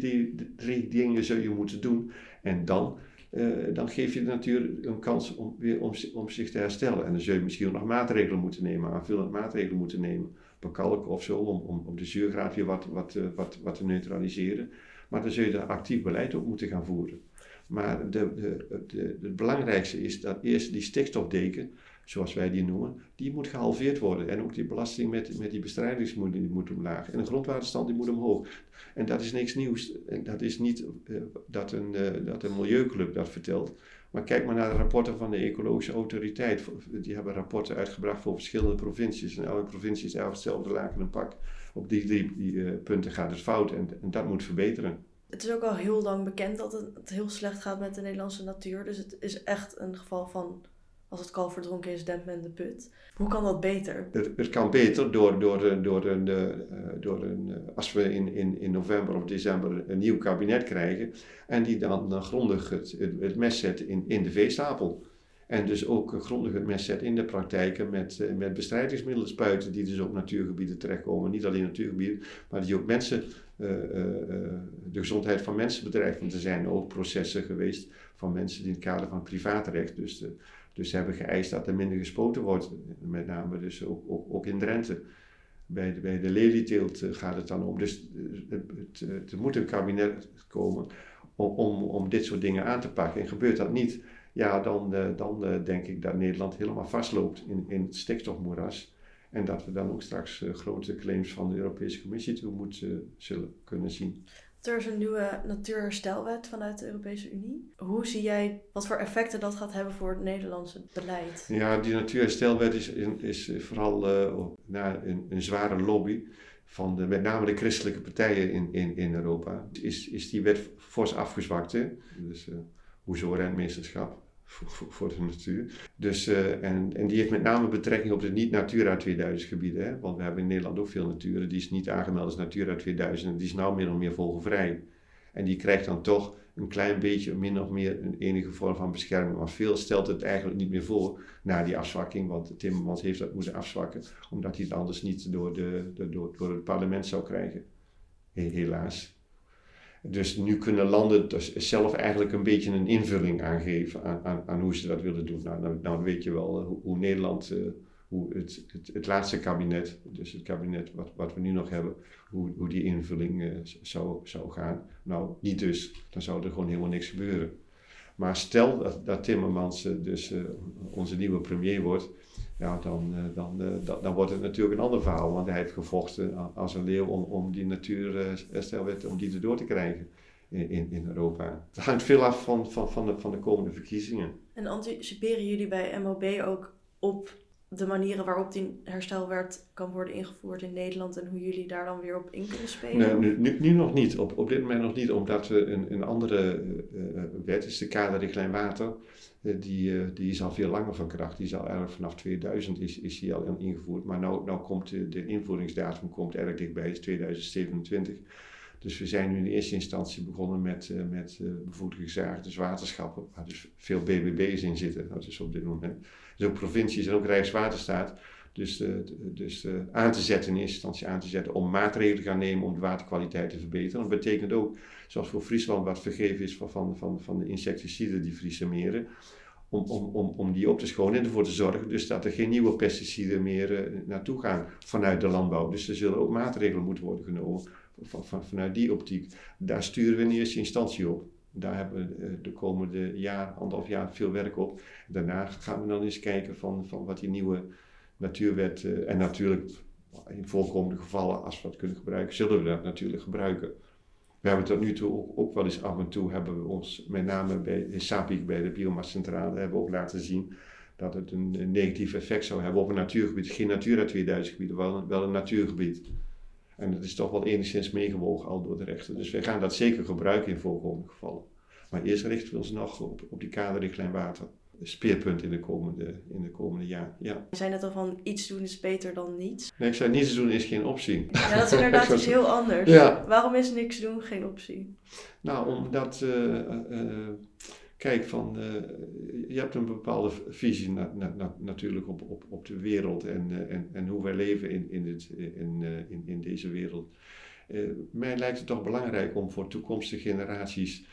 3 dingen zul je moeten doen. En dan geef je de natuur een kans om zich te herstellen. En dan zul je misschien nog maatregelen moeten nemen, aanvullende maatregelen moeten nemen. Bekalken of zo, om de zuurgraad weer wat te neutraliseren. Maar dan zul je daar actief beleid op moeten gaan voeren. Maar het belangrijkste is dat eerst die stikstofdeken, zoals wij die noemen, die moet gehalveerd worden. En ook die belasting met die bestrijdingsmiddelen die moet omlaag. En de grondwaterstand die moet omhoog. En dat is niks nieuws. En dat is niet dat een milieuclub dat vertelt. Maar kijk maar naar de rapporten van de Ecologische Autoriteit. Die hebben rapporten uitgebracht voor verschillende provincies. En elke provincie is eigenlijk hetzelfde laken en pak. Op die 3 punten gaat het fout. En dat moet verbeteren. Het is ook al heel lang bekend dat het heel slecht gaat met de Nederlandse natuur. Dus het is echt een geval van, als het kalf verdronken is, dempt men de put. Hoe kan dat beter? Het kan beter als we in november of december een nieuw kabinet krijgen. En die dan grondig het mes zet in de veestapel. En dus ook grondig het mes zet in de praktijken met bestrijdingsmiddelen spuiten die dus op natuurgebieden terechtkomen. Niet alleen natuurgebieden, maar die ook mensen, de gezondheid van mensen bedreigt. Want er zijn ook processen geweest van mensen die in het kader van privaatrecht dus hebben geëist dat er minder gespoten wordt. Met name dus ook in Drenthe. Bij de lelieteelt gaat het dan om. Dus er moet een kabinet komen om dit soort dingen aan te pakken. En gebeurt dat niet, ja, dan denk ik dat Nederland helemaal vastloopt in het stikstofmoeras. En dat we dan ook straks grote claims van de Europese Commissie toe zullen kunnen zien. Er is een nieuwe natuurherstelwet vanuit de Europese Unie. Hoe zie jij wat voor effecten dat gaat hebben voor het Nederlandse beleid? Ja, die natuurherstelwet is vooral na een zware lobby van met name de christelijke partijen in Europa. Is die wet fors afgezwakt. Hè? Dus hoezo rentmeesterschap voor de natuur. Dus, en die heeft met name betrekking op de niet-Natura 2000 gebieden. Hè? Want we hebben in Nederland ook veel natuur. Die is niet aangemeld als Natura 2000 en die is nou meer of meer vogelvrij. En die krijgt dan toch een klein beetje, min of meer, een enige vorm van bescherming. Maar veel stelt het eigenlijk niet meer voor na die afzwakking. Want Timmermans heeft dat moeten afzwakken. Omdat hij het anders niet door het parlement zou krijgen. Helaas. Dus nu kunnen landen dus zelf eigenlijk een beetje een invulling aangeven aan hoe ze dat willen doen. Nou weet je wel hoe Nederland, hoe het laatste kabinet, dus het kabinet wat we nu nog hebben, hoe die invulling zou gaan. Nou, niet dus. Dan zou er gewoon helemaal niks gebeuren. Maar stel dat Timmermans onze nieuwe premier wordt, ja, dan wordt het natuurlijk een ander verhaal. Want hij heeft gevochten als een leeuw om die natuurherstelwet om die erdoor te krijgen in Europa. Het hangt veel af van de komende verkiezingen. En anticiperen jullie bij MOB ook op de manieren waarop die herstelwet kan worden ingevoerd in Nederland en hoe jullie daar dan weer op in kunnen spelen? Nee, nu nog niet. Op dit moment nog niet, omdat we een andere wet is de kaderrichtlijn water. Die is al veel langer van kracht. Die is al eigenlijk vanaf 2000 is die al ingevoerd. Maar nou komt de invoeringsdatum eigenlijk dichtbij, is 2027. Dus we zijn nu in de eerste instantie begonnen met bevoegde gezaagd, dus waterschappen, waar dus veel BBB's in zitten. Dat is op dit moment. Dus ook provincies en ook Rijkswaterstaat. Dus aan te zetten in eerste instantie aan te zetten om maatregelen te gaan nemen om de waterkwaliteit te verbeteren. Dat betekent ook, zoals voor Friesland wat vergeven is van de insecticiden die Friese meren, om die op te schonen en ervoor te zorgen dus dat er geen nieuwe pesticiden meer naartoe gaan vanuit de landbouw. Dus er zullen ook maatregelen moeten worden genomen vanuit die optiek. Daar sturen we in eerste instantie op. Daar hebben we de komende anderhalf jaar veel werk op. Daarna gaan we dan eens kijken van wat die nieuwe natuurwet, en natuurlijk in voorkomende gevallen, als we dat kunnen gebruiken, zullen we dat natuurlijk gebruiken. We hebben tot nu toe ook wel eens af en toe, hebben we ons met name bij SAPIC, bij de biomassacentrale, hebben we ook laten zien dat het een negatief effect zou hebben op een natuurgebied. Geen Natura 2000 gebied, wel een natuurgebied. En dat is toch wel enigszins meegewogen al door de rechter. Dus wij gaan dat zeker gebruiken in voorkomende gevallen. Maar eerst richten we ons nog op die kaderrichtlijn water. Speerpunt in de komende jaar. Ja. Je zei net al van iets doen is beter dan niets. Nee, ik zei niets doen is geen optie. Ja, dat is inderdaad iets heel anders. Ja. Waarom is niks doen geen optie? Nou, omdat... Kijk, je hebt een bepaalde visie natuurlijk op de wereld en hoe wij leven in deze wereld. Mij lijkt het toch belangrijk om voor toekomstige generaties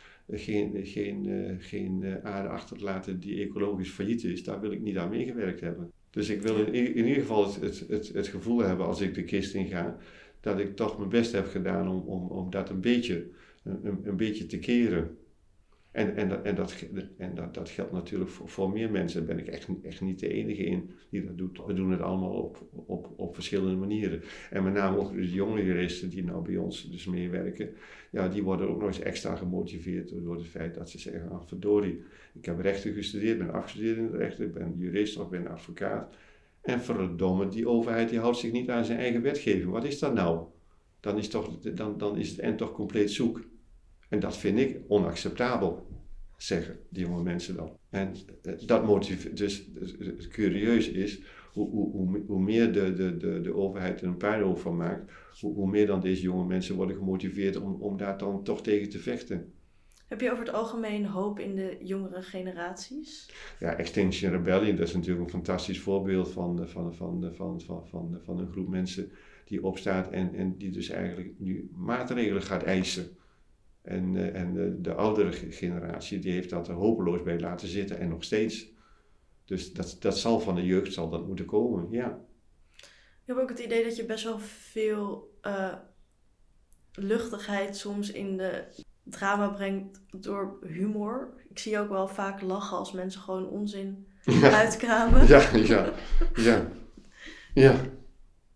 geen aarde achter te laten die ecologisch failliet is. Daar wil ik niet aan meegewerkt hebben. Dus ik wil in ieder geval het gevoel hebben als ik de kist inga, dat ik toch mijn best heb gedaan om dat een beetje te keren. En dat geldt natuurlijk voor meer mensen. Daar ben ik echt niet de enige in die dat doet. We doen het allemaal op verschillende manieren. En met name ook de jonge juristen die nou bij ons dus meewerken. Ja, die worden ook nog eens extra gemotiveerd door het feit dat ze zeggen, verdorie, ik heb rechten gestudeerd, ben afgestudeerd in het recht, ik ben jurist of ben advocaat. En verdomme, die overheid die houdt zich niet aan zijn eigen wetgeving. Wat is dat nou? Dan is het end toch compleet zoek. En dat vind ik onacceptabel, zeggen die jonge mensen dan. En dat motiveert, dus het curieus is, hoe meer de overheid er een puinhoop van maakt, hoe meer dan deze jonge mensen worden gemotiveerd om daar dan toch tegen te vechten. Heb je over het algemeen hoop in de jongere generaties? Ja, Extinction Rebellion, dat is natuurlijk een fantastisch voorbeeld van een groep mensen die opstaat en die dus eigenlijk nu maatregelen gaat eisen. En de oudere generatie die heeft dat er hopeloos bij laten zitten en nog steeds. Dus dat zal van de jeugd moeten komen, ja. Ik heb ook het idee dat je best wel veel luchtigheid soms in de drama brengt door humor. Ik zie ook wel vaak lachen als mensen gewoon onzin uitkramen. Ja.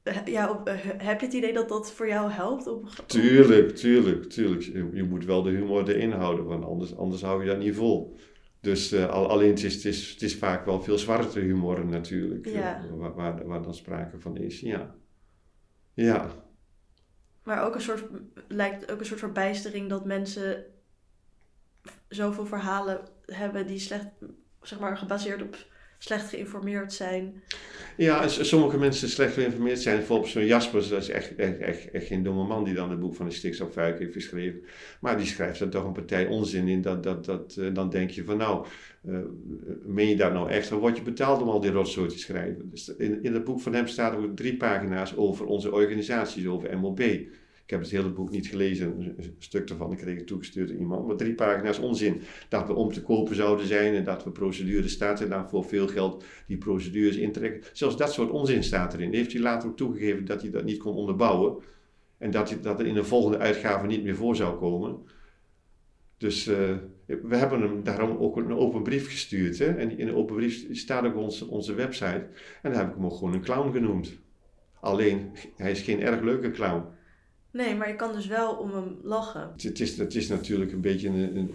heb je het idee dat dat voor jou helpt? Tuurlijk. Je moet wel de humor erin houden, want anders hou je dat niet vol. Dus alleen het is vaak wel veel zwarte humor natuurlijk, waar dan sprake van is, ja. Maar ook lijkt ook een soort verbijstering dat mensen zoveel verhalen hebben die slecht, zeg maar, gebaseerd op slecht geïnformeerd zijn. Ja, en sommige mensen slecht geïnformeerd zijn. Bijvoorbeeld zo'n Jaspers, dat is echt geen domme man die dan het boek van de stikstoffuik heeft geschreven. Maar die schrijft er toch een partij onzin in. Dan denk je van meen je dat nou echt? Dan word je betaald om al die rotzooi te schrijven. Dus in het boek van hem staat ook 3 pagina's over onze organisaties, over MOB. Ik heb het hele boek niet gelezen, een stuk ervan, ik kreeg het toegestuurd door iemand. Maar 3 pagina's onzin. Dat we om te kopen zouden zijn en dat we procedures starten en dan voor veel geld die procedures intrekken. Zelfs dat soort onzin staat erin. Heeft hij later ook toegegeven dat hij dat niet kon onderbouwen. En dat er in de volgende uitgave niet meer voor zou komen. Dus we hebben hem daarom ook een open brief gestuurd. Hè? En in de open brief staat ook onze website. En daar heb ik hem ook gewoon een clown genoemd. Alleen, hij is geen erg leuke clown. Nee, maar je kan dus wel om hem lachen. Het is natuurlijk een beetje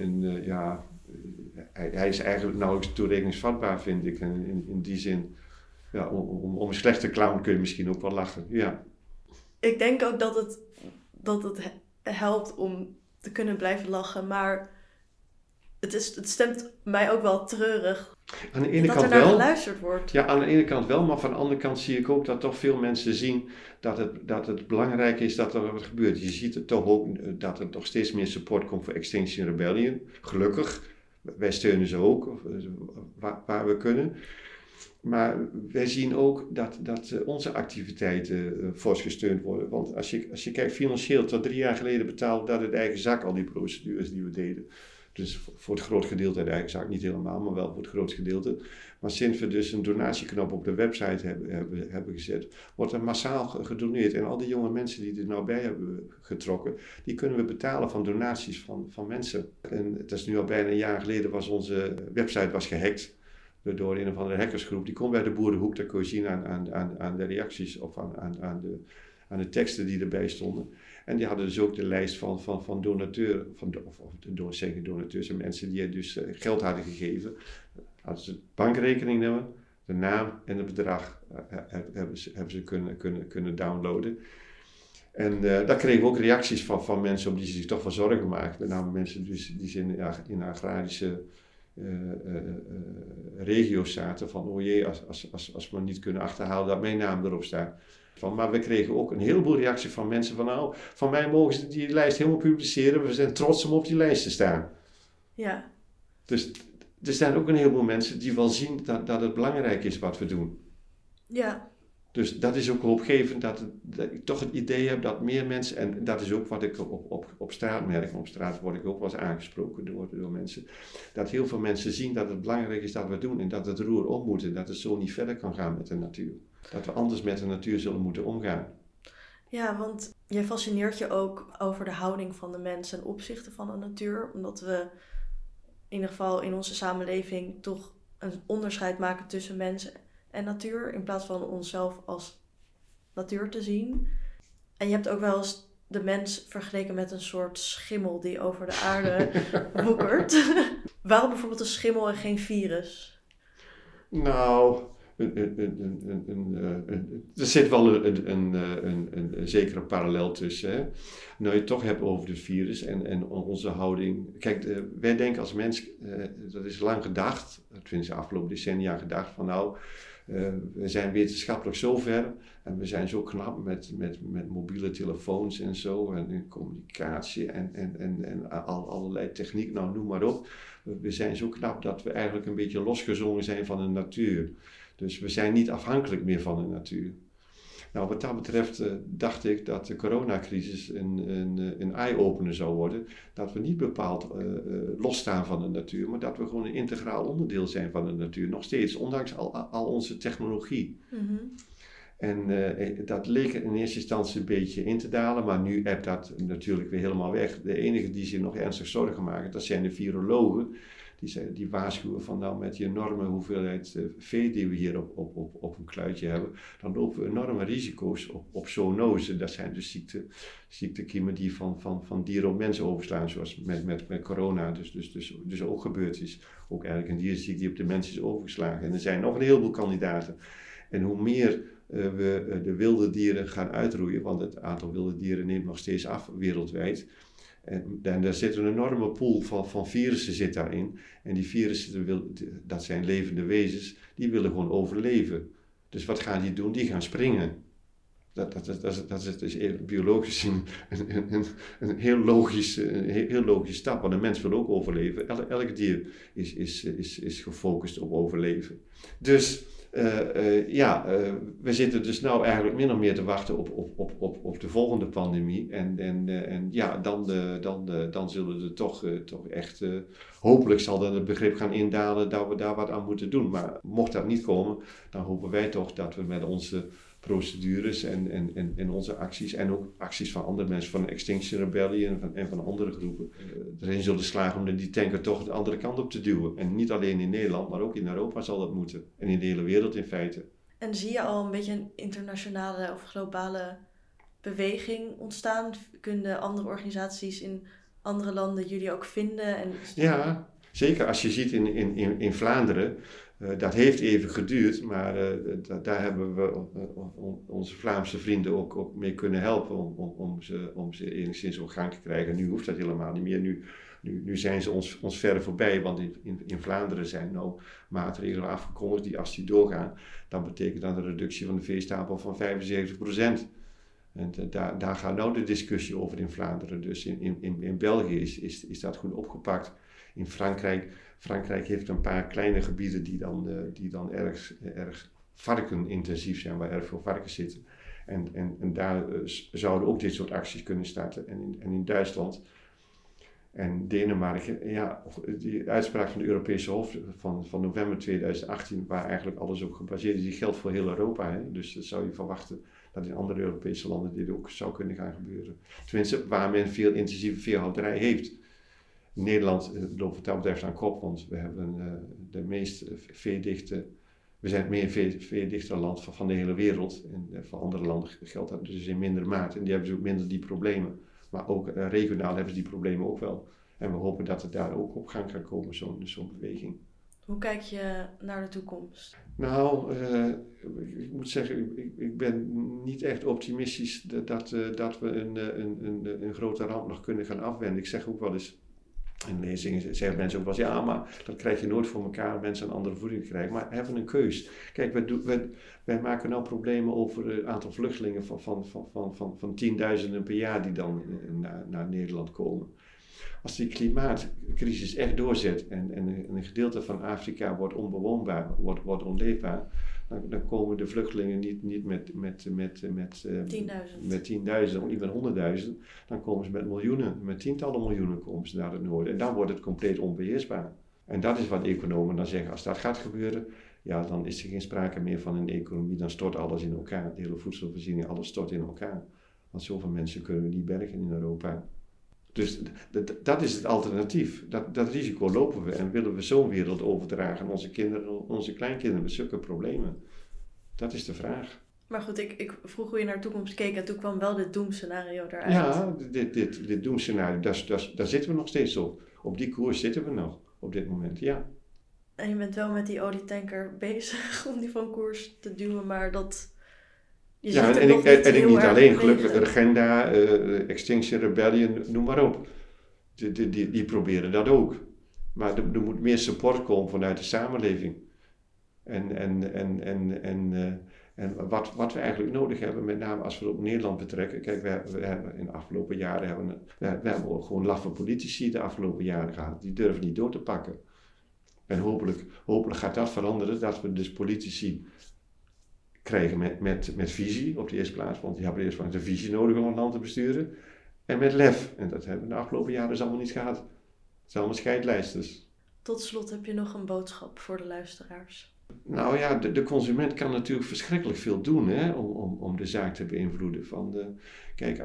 hij is eigenlijk nauwelijks toerekeningsvatbaar, vind ik. En in die zin, om een slechte clown kun je misschien ook wel lachen, ja. Ik denk ook dat het helpt om te kunnen blijven lachen, maar het stemt mij ook wel treurig aan de ene dat kant er naar wel, geluisterd wordt. Ja, aan de ene kant wel, maar van de andere kant zie ik ook dat toch veel mensen zien dat het belangrijk is dat er wat gebeurt. Je ziet het toch ook dat er toch steeds meer support komt voor Extinction Rebellion. Gelukkig, wij steunen ze ook waar we kunnen. Maar wij zien ook dat onze activiteiten fors gesteund worden. Want als je kijkt financieel, tot 3 jaar geleden betaalde dat uit eigen zak al die procedures die we deden. Dus voor het groot gedeelte uit eigen zak, niet helemaal, maar wel voor het groot gedeelte. Maar sinds we dus een donatieknop op de website hebben gezet, wordt er massaal gedoneerd. En al die jonge mensen die er nou bij hebben getrokken, die kunnen we betalen van donaties van mensen. En het is nu al bijna een jaar geleden was onze website gehackt door een of andere hackersgroep. Die komt bij de Boerenhoek, dat kun je zien aan de reacties of aan de teksten die erbij stonden. En die hadden dus ook de lijst van donateurs, donateurs en mensen die dus geld hadden gegeven. Hadden ze het bankrekeningnummer, de naam en het bedrag hebben ze kunnen downloaden. En daar kregen we ook reacties van mensen op die zich toch wel zorgen maakten. Met name mensen die in agrarische regio's zaten. Van oh jee, als we niet kunnen achterhalen dat mijn naam erop staat. Maar we kregen ook een heleboel reacties van mensen van mij mogen ze die lijst helemaal publiceren. We zijn trots om op die lijst te staan. Ja. Dus er zijn ook een heleboel mensen die wel zien dat het belangrijk is wat we doen. Ja. Dus dat is ook hoopgevend dat ik toch het idee heb dat meer mensen, en dat is ook wat ik op straat merk, op straat word ik ook wel eens aangesproken door mensen, dat heel veel mensen zien dat het belangrijk is dat we doen en dat het roer om moet en dat het zo niet verder kan gaan met de natuur. Dat we anders met de natuur zullen moeten omgaan. Ja, want jij fascineert je ook over de houding van de mens ten opzichte van de natuur, omdat we in ieder geval in onze samenleving toch een onderscheid maken tussen mensen en natuur, in plaats van onszelf als natuur te zien. En je hebt ook wel eens de mens vergeleken met een soort schimmel die over de aarde woekert. Waarom bijvoorbeeld een schimmel en geen virus? Nou, er zit wel een zekere parallel tussen. Hè? Nou, je het toch hebt over het virus en onze houding. Kijk, wij denken als mens, dat is lang gedacht, dat vinden ze afgelopen decennia gedacht, van we zijn wetenschappelijk zo ver en we zijn zo knap met mobiele telefoons en zo en communicatie en allerlei techniek, nou noem maar op. We zijn zo knap dat we eigenlijk een beetje losgezongen zijn van de natuur. Dus we zijn niet afhankelijk meer van de natuur. Nou, wat dat betreft dacht ik dat de coronacrisis een eye-opener zou worden. Dat we niet bepaald losstaan van de natuur, maar dat we gewoon een integraal onderdeel zijn van de natuur. Nog steeds, ondanks al onze technologie. Mm-hmm. En dat leek in eerste instantie een beetje in te dalen, maar nu hebt dat natuurlijk weer helemaal weg. De enige die zich nog ernstig zorgen maken, dat zijn de virologen. die waarschuwen van nou met die enorme hoeveelheid vee die we hier op een kluitje hebben, dan lopen we enorme risico's op zoonose. Dat zijn dus ziektekiemen die van dieren op mensen overslaan, zoals met corona dus ook gebeurd is. Ook eigenlijk een dierziekte die op de mens is overgeslagen. En er zijn nog een heleboel kandidaten. En hoe meer we de wilde dieren gaan uitroeien, want het aantal wilde dieren neemt nog steeds af wereldwijd. En daar zit een enorme pool van virussen zit daarin. En die virussen, dat zijn levende wezens, die willen gewoon overleven. Dus wat gaan die doen? Die gaan springen. Dat is dus biologisch een heel logische stap. Want een mens wil ook overleven. Elk dier is gefocust op overleven. Dus we zitten dus nou eigenlijk min of meer te wachten op de volgende pandemie. Dan zullen er toch echt, hopelijk zal dan het begrip gaan indalen dat we daar wat aan moeten doen. Maar mocht dat niet komen, dan hopen wij toch dat we met onze procedures en onze acties en ook acties van andere mensen, van Extinction Rebellion en van andere groepen, erin zullen slagen om die tanker toch de andere kant op te duwen. En niet alleen in Nederland, maar ook in Europa zal dat moeten. En in de hele wereld in feite. En zie je al een beetje een internationale of globale beweging ontstaan? Kunnen andere organisaties in andere landen jullie ook vinden? Ja, zeker. Als je ziet in Vlaanderen, dat heeft even geduurd, maar daar hebben we onze Vlaamse vrienden ook mee kunnen helpen om ze enigszins op gang te krijgen. Nu hoeft dat helemaal niet meer. Nu zijn ze ons verder voorbij, want in Vlaanderen zijn nou maatregelen afgekondigd die als die doorgaan, dan betekent dat een reductie van de veestapel van 75%. En daar gaat nou de discussie over in Vlaanderen. Dus in België is dat goed opgepakt. In Frankrijk heeft een paar kleine gebieden die dan erg varkenintensief zijn, waar erg veel varkens zitten. En daar zouden ook dit soort acties kunnen starten. En in Duitsland en Denemarken, die uitspraak van de Europese Hof van november 2018, waar eigenlijk alles op gebaseerd is, die geldt voor heel Europa. Hè? Dus dat zou je verwachten dat in andere Europese landen dit ook zou kunnen gaan gebeuren. Tenminste, waar men veel intensieve veehouderij heeft. Nederland loopt wat dat betreft aan kop, want we hebben de meest we zijn het meer veedichte land van de hele wereld. En voor andere landen geldt dat dus in mindere mate. En die hebben dus ook minder die problemen. Maar ook regionaal hebben ze die problemen ook wel. En we hopen dat het daar ook op gang gaat komen, zo'n beweging. Hoe kijk je naar de toekomst? Nou, ik moet zeggen, ik ben niet echt optimistisch dat we een grote ramp nog kunnen gaan afwenden. Ik zeg ook wel eens, in lezingen zeggen mensen ook wel eens, ja, maar dat krijg je nooit voor elkaar, mensen een andere voeding te krijgen. Maar hebben een keus. Kijk, wij maken nou problemen over het aantal vluchtelingen van tienduizenden per jaar die dan naar Nederland komen. Als die klimaatcrisis echt doorzet en een gedeelte van Afrika wordt onbewoonbaar, wordt onleefbaar, dan komen de vluchtelingen niet met 10.000 of niet met 100.000, dan komen ze met miljoenen, met tientallen miljoenen komen ze naar het noorden. En dan wordt het compleet onbeheersbaar. En dat is wat economen dan zeggen, als dat gaat gebeuren, ja, dan is er geen sprake meer van een economie, dan stort alles in elkaar. De hele voedselvoorziening, alles stort in elkaar. Want zoveel mensen kunnen we niet bergen in Europa. Dus dat is het alternatief. Dat risico lopen we en willen we zo'n wereld overdragen aan onze kinderen, onze kleinkinderen met zulke problemen. Dat is de vraag. Maar goed, ik vroeg hoe je naar de toekomst keek en toen kwam wel dit doemscenario eruit. Ja, dit doemscenario, daar zitten we nog steeds op. Op die koers zitten we nog, op dit moment, ja. En je bent wel met die olietanker bezig om die van koers te duwen, maar dat... Ja, en ik niet alleen, gelukkig, de Agenda, Extinction Rebellion, noem maar op. Die proberen dat ook. Maar er moet meer support komen vanuit de samenleving. En wat we eigenlijk nodig hebben, met name als we het op Nederland betrekken. Kijk, we hebben in de afgelopen jaren we hebben gewoon laffe politici de afgelopen jaren gehad. Die durven niet door te pakken. En hopelijk gaat dat veranderen, dat we dus politici krijgen met visie op de eerste plaats, want die hebben eerst een visie nodig om een land te besturen. En met lef. En dat hebben we de afgelopen jaren dus allemaal niet gehad. Het zijn allemaal scheidlijsters. Tot slot, heb je nog een boodschap voor de luisteraars? Nou ja, de consument kan natuurlijk verschrikkelijk veel doen, hè, om de zaak te beïnvloeden. Kijk,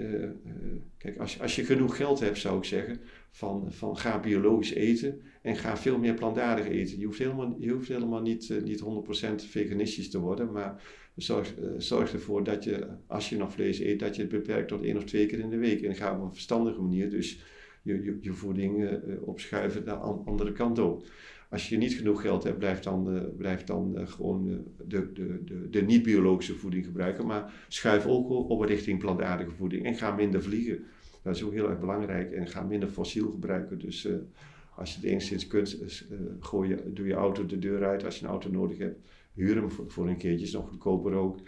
als je genoeg geld hebt, zou ik zeggen, van ga biologisch eten en ga veel meer plantaardig eten. Je hoeft helemaal niet 100% veganistisch te worden, maar zorg ervoor dat je, als je nog vlees eet, dat je het beperkt tot 1 of 2 keer in de week. En ga op een verstandige manier dus je voeding opschuiven naar de andere kant op. Als je niet genoeg geld hebt, blijf dan gewoon de niet-biologische voeding gebruiken. Maar schuif ook op richting plantaardige voeding. En ga minder vliegen. Dat is ook heel erg belangrijk. En ga minder fossiel gebruiken. Dus als je het enigszins kunt, doe je auto de deur uit. Als je een auto nodig hebt, huur hem voor een keertje. Is nog goedkoper ook.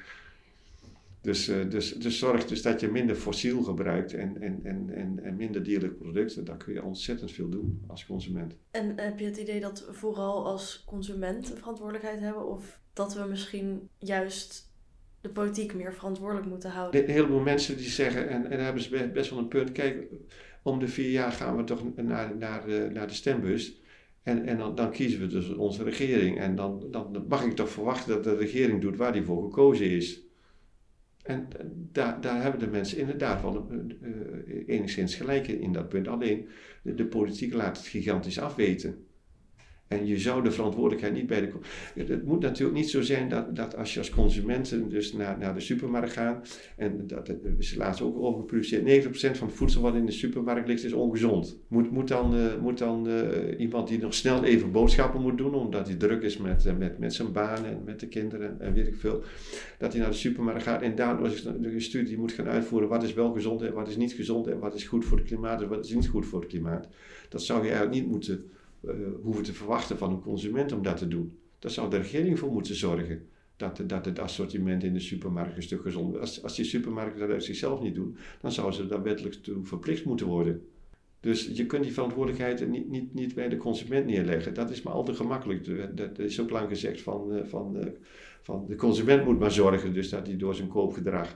Dus zorg dus dat je minder fossiel gebruikt en minder dierlijke producten. Daar kun je ontzettend veel doen als consument. En heb je het idee dat we vooral als consument een verantwoordelijkheid hebben? Of dat we misschien juist de politiek meer verantwoordelijk moeten houden? Een heleboel mensen die zeggen, en daar hebben ze best wel een punt. Kijk, om de 4 jaar gaan we toch naar de stembus. En dan kiezen we dus onze regering. En dan mag ik toch verwachten dat de regering doet waar die voor gekozen is. En daar hebben de mensen inderdaad wel enigszins gelijk in dat punt. Alleen de politiek laat het gigantisch afweten. En je zou de verantwoordelijkheid niet bij de... Het moet natuurlijk niet zo zijn dat als je als consumenten dus naar de supermarkt gaat... En dat is laatst ook overgepubliceerd, 90% van het voedsel wat in de supermarkt ligt is ongezond. Moet dan iemand die nog snel even boodschappen moet doen... omdat hij druk is met zijn baan en met de kinderen en weet ik veel... dat hij naar de supermarkt gaat en daardoor een studie moet gaan uitvoeren... wat is wel gezond en wat is niet gezond en wat is goed voor het klimaat en wat is niet goed voor het klimaat. Dat zou je eigenlijk niet moeten... hoeven te verwachten van een consument om dat te doen. Daar zou de regering voor moeten zorgen. Dat het assortiment in de supermarkt een stuk gezonder is. Als die supermarkten dat uit zichzelf niet doen, dan zouden ze daar wettelijk toe verplicht moeten worden. Dus je kunt die verantwoordelijkheid niet bij de consument neerleggen. Dat is maar al te gemakkelijk. Dat is ook lang gezegd van de consument moet maar zorgen dus dat hij door zijn koopgedrag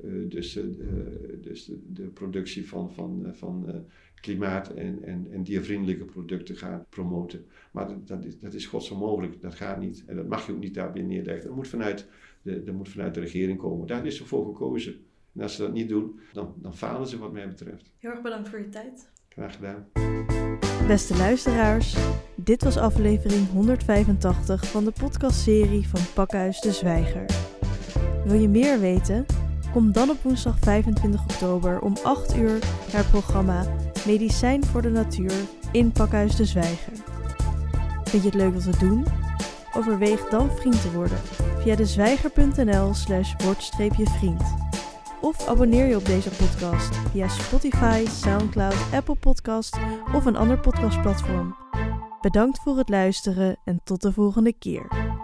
de productie van klimaat- en diervriendelijke producten gaan promoten. Maar dat is godsonmogelijk, dat gaat niet. En dat mag je ook niet daarbij neerleggen. Dat moet vanuit de regering komen. Daar is er voor gekozen. En als ze dat niet doen, dan falen ze wat mij betreft. Heel erg bedankt voor je tijd. Graag gedaan. Beste luisteraars, dit was aflevering 185 van de podcastserie van Pakhuis de Zwijger. Wil je meer weten? Kom dan op woensdag 25 oktober om 8 uur naar het programma Medicijn voor de Natuur in Pakhuis de Zwijger. Vind je het leuk wat we doen? Overweeg dan vriend te worden via dezwijger.nl/word-vriend. Of abonneer je op deze podcast via Spotify, Soundcloud, Apple Podcast of een ander podcastplatform. Bedankt voor het luisteren en tot de volgende keer.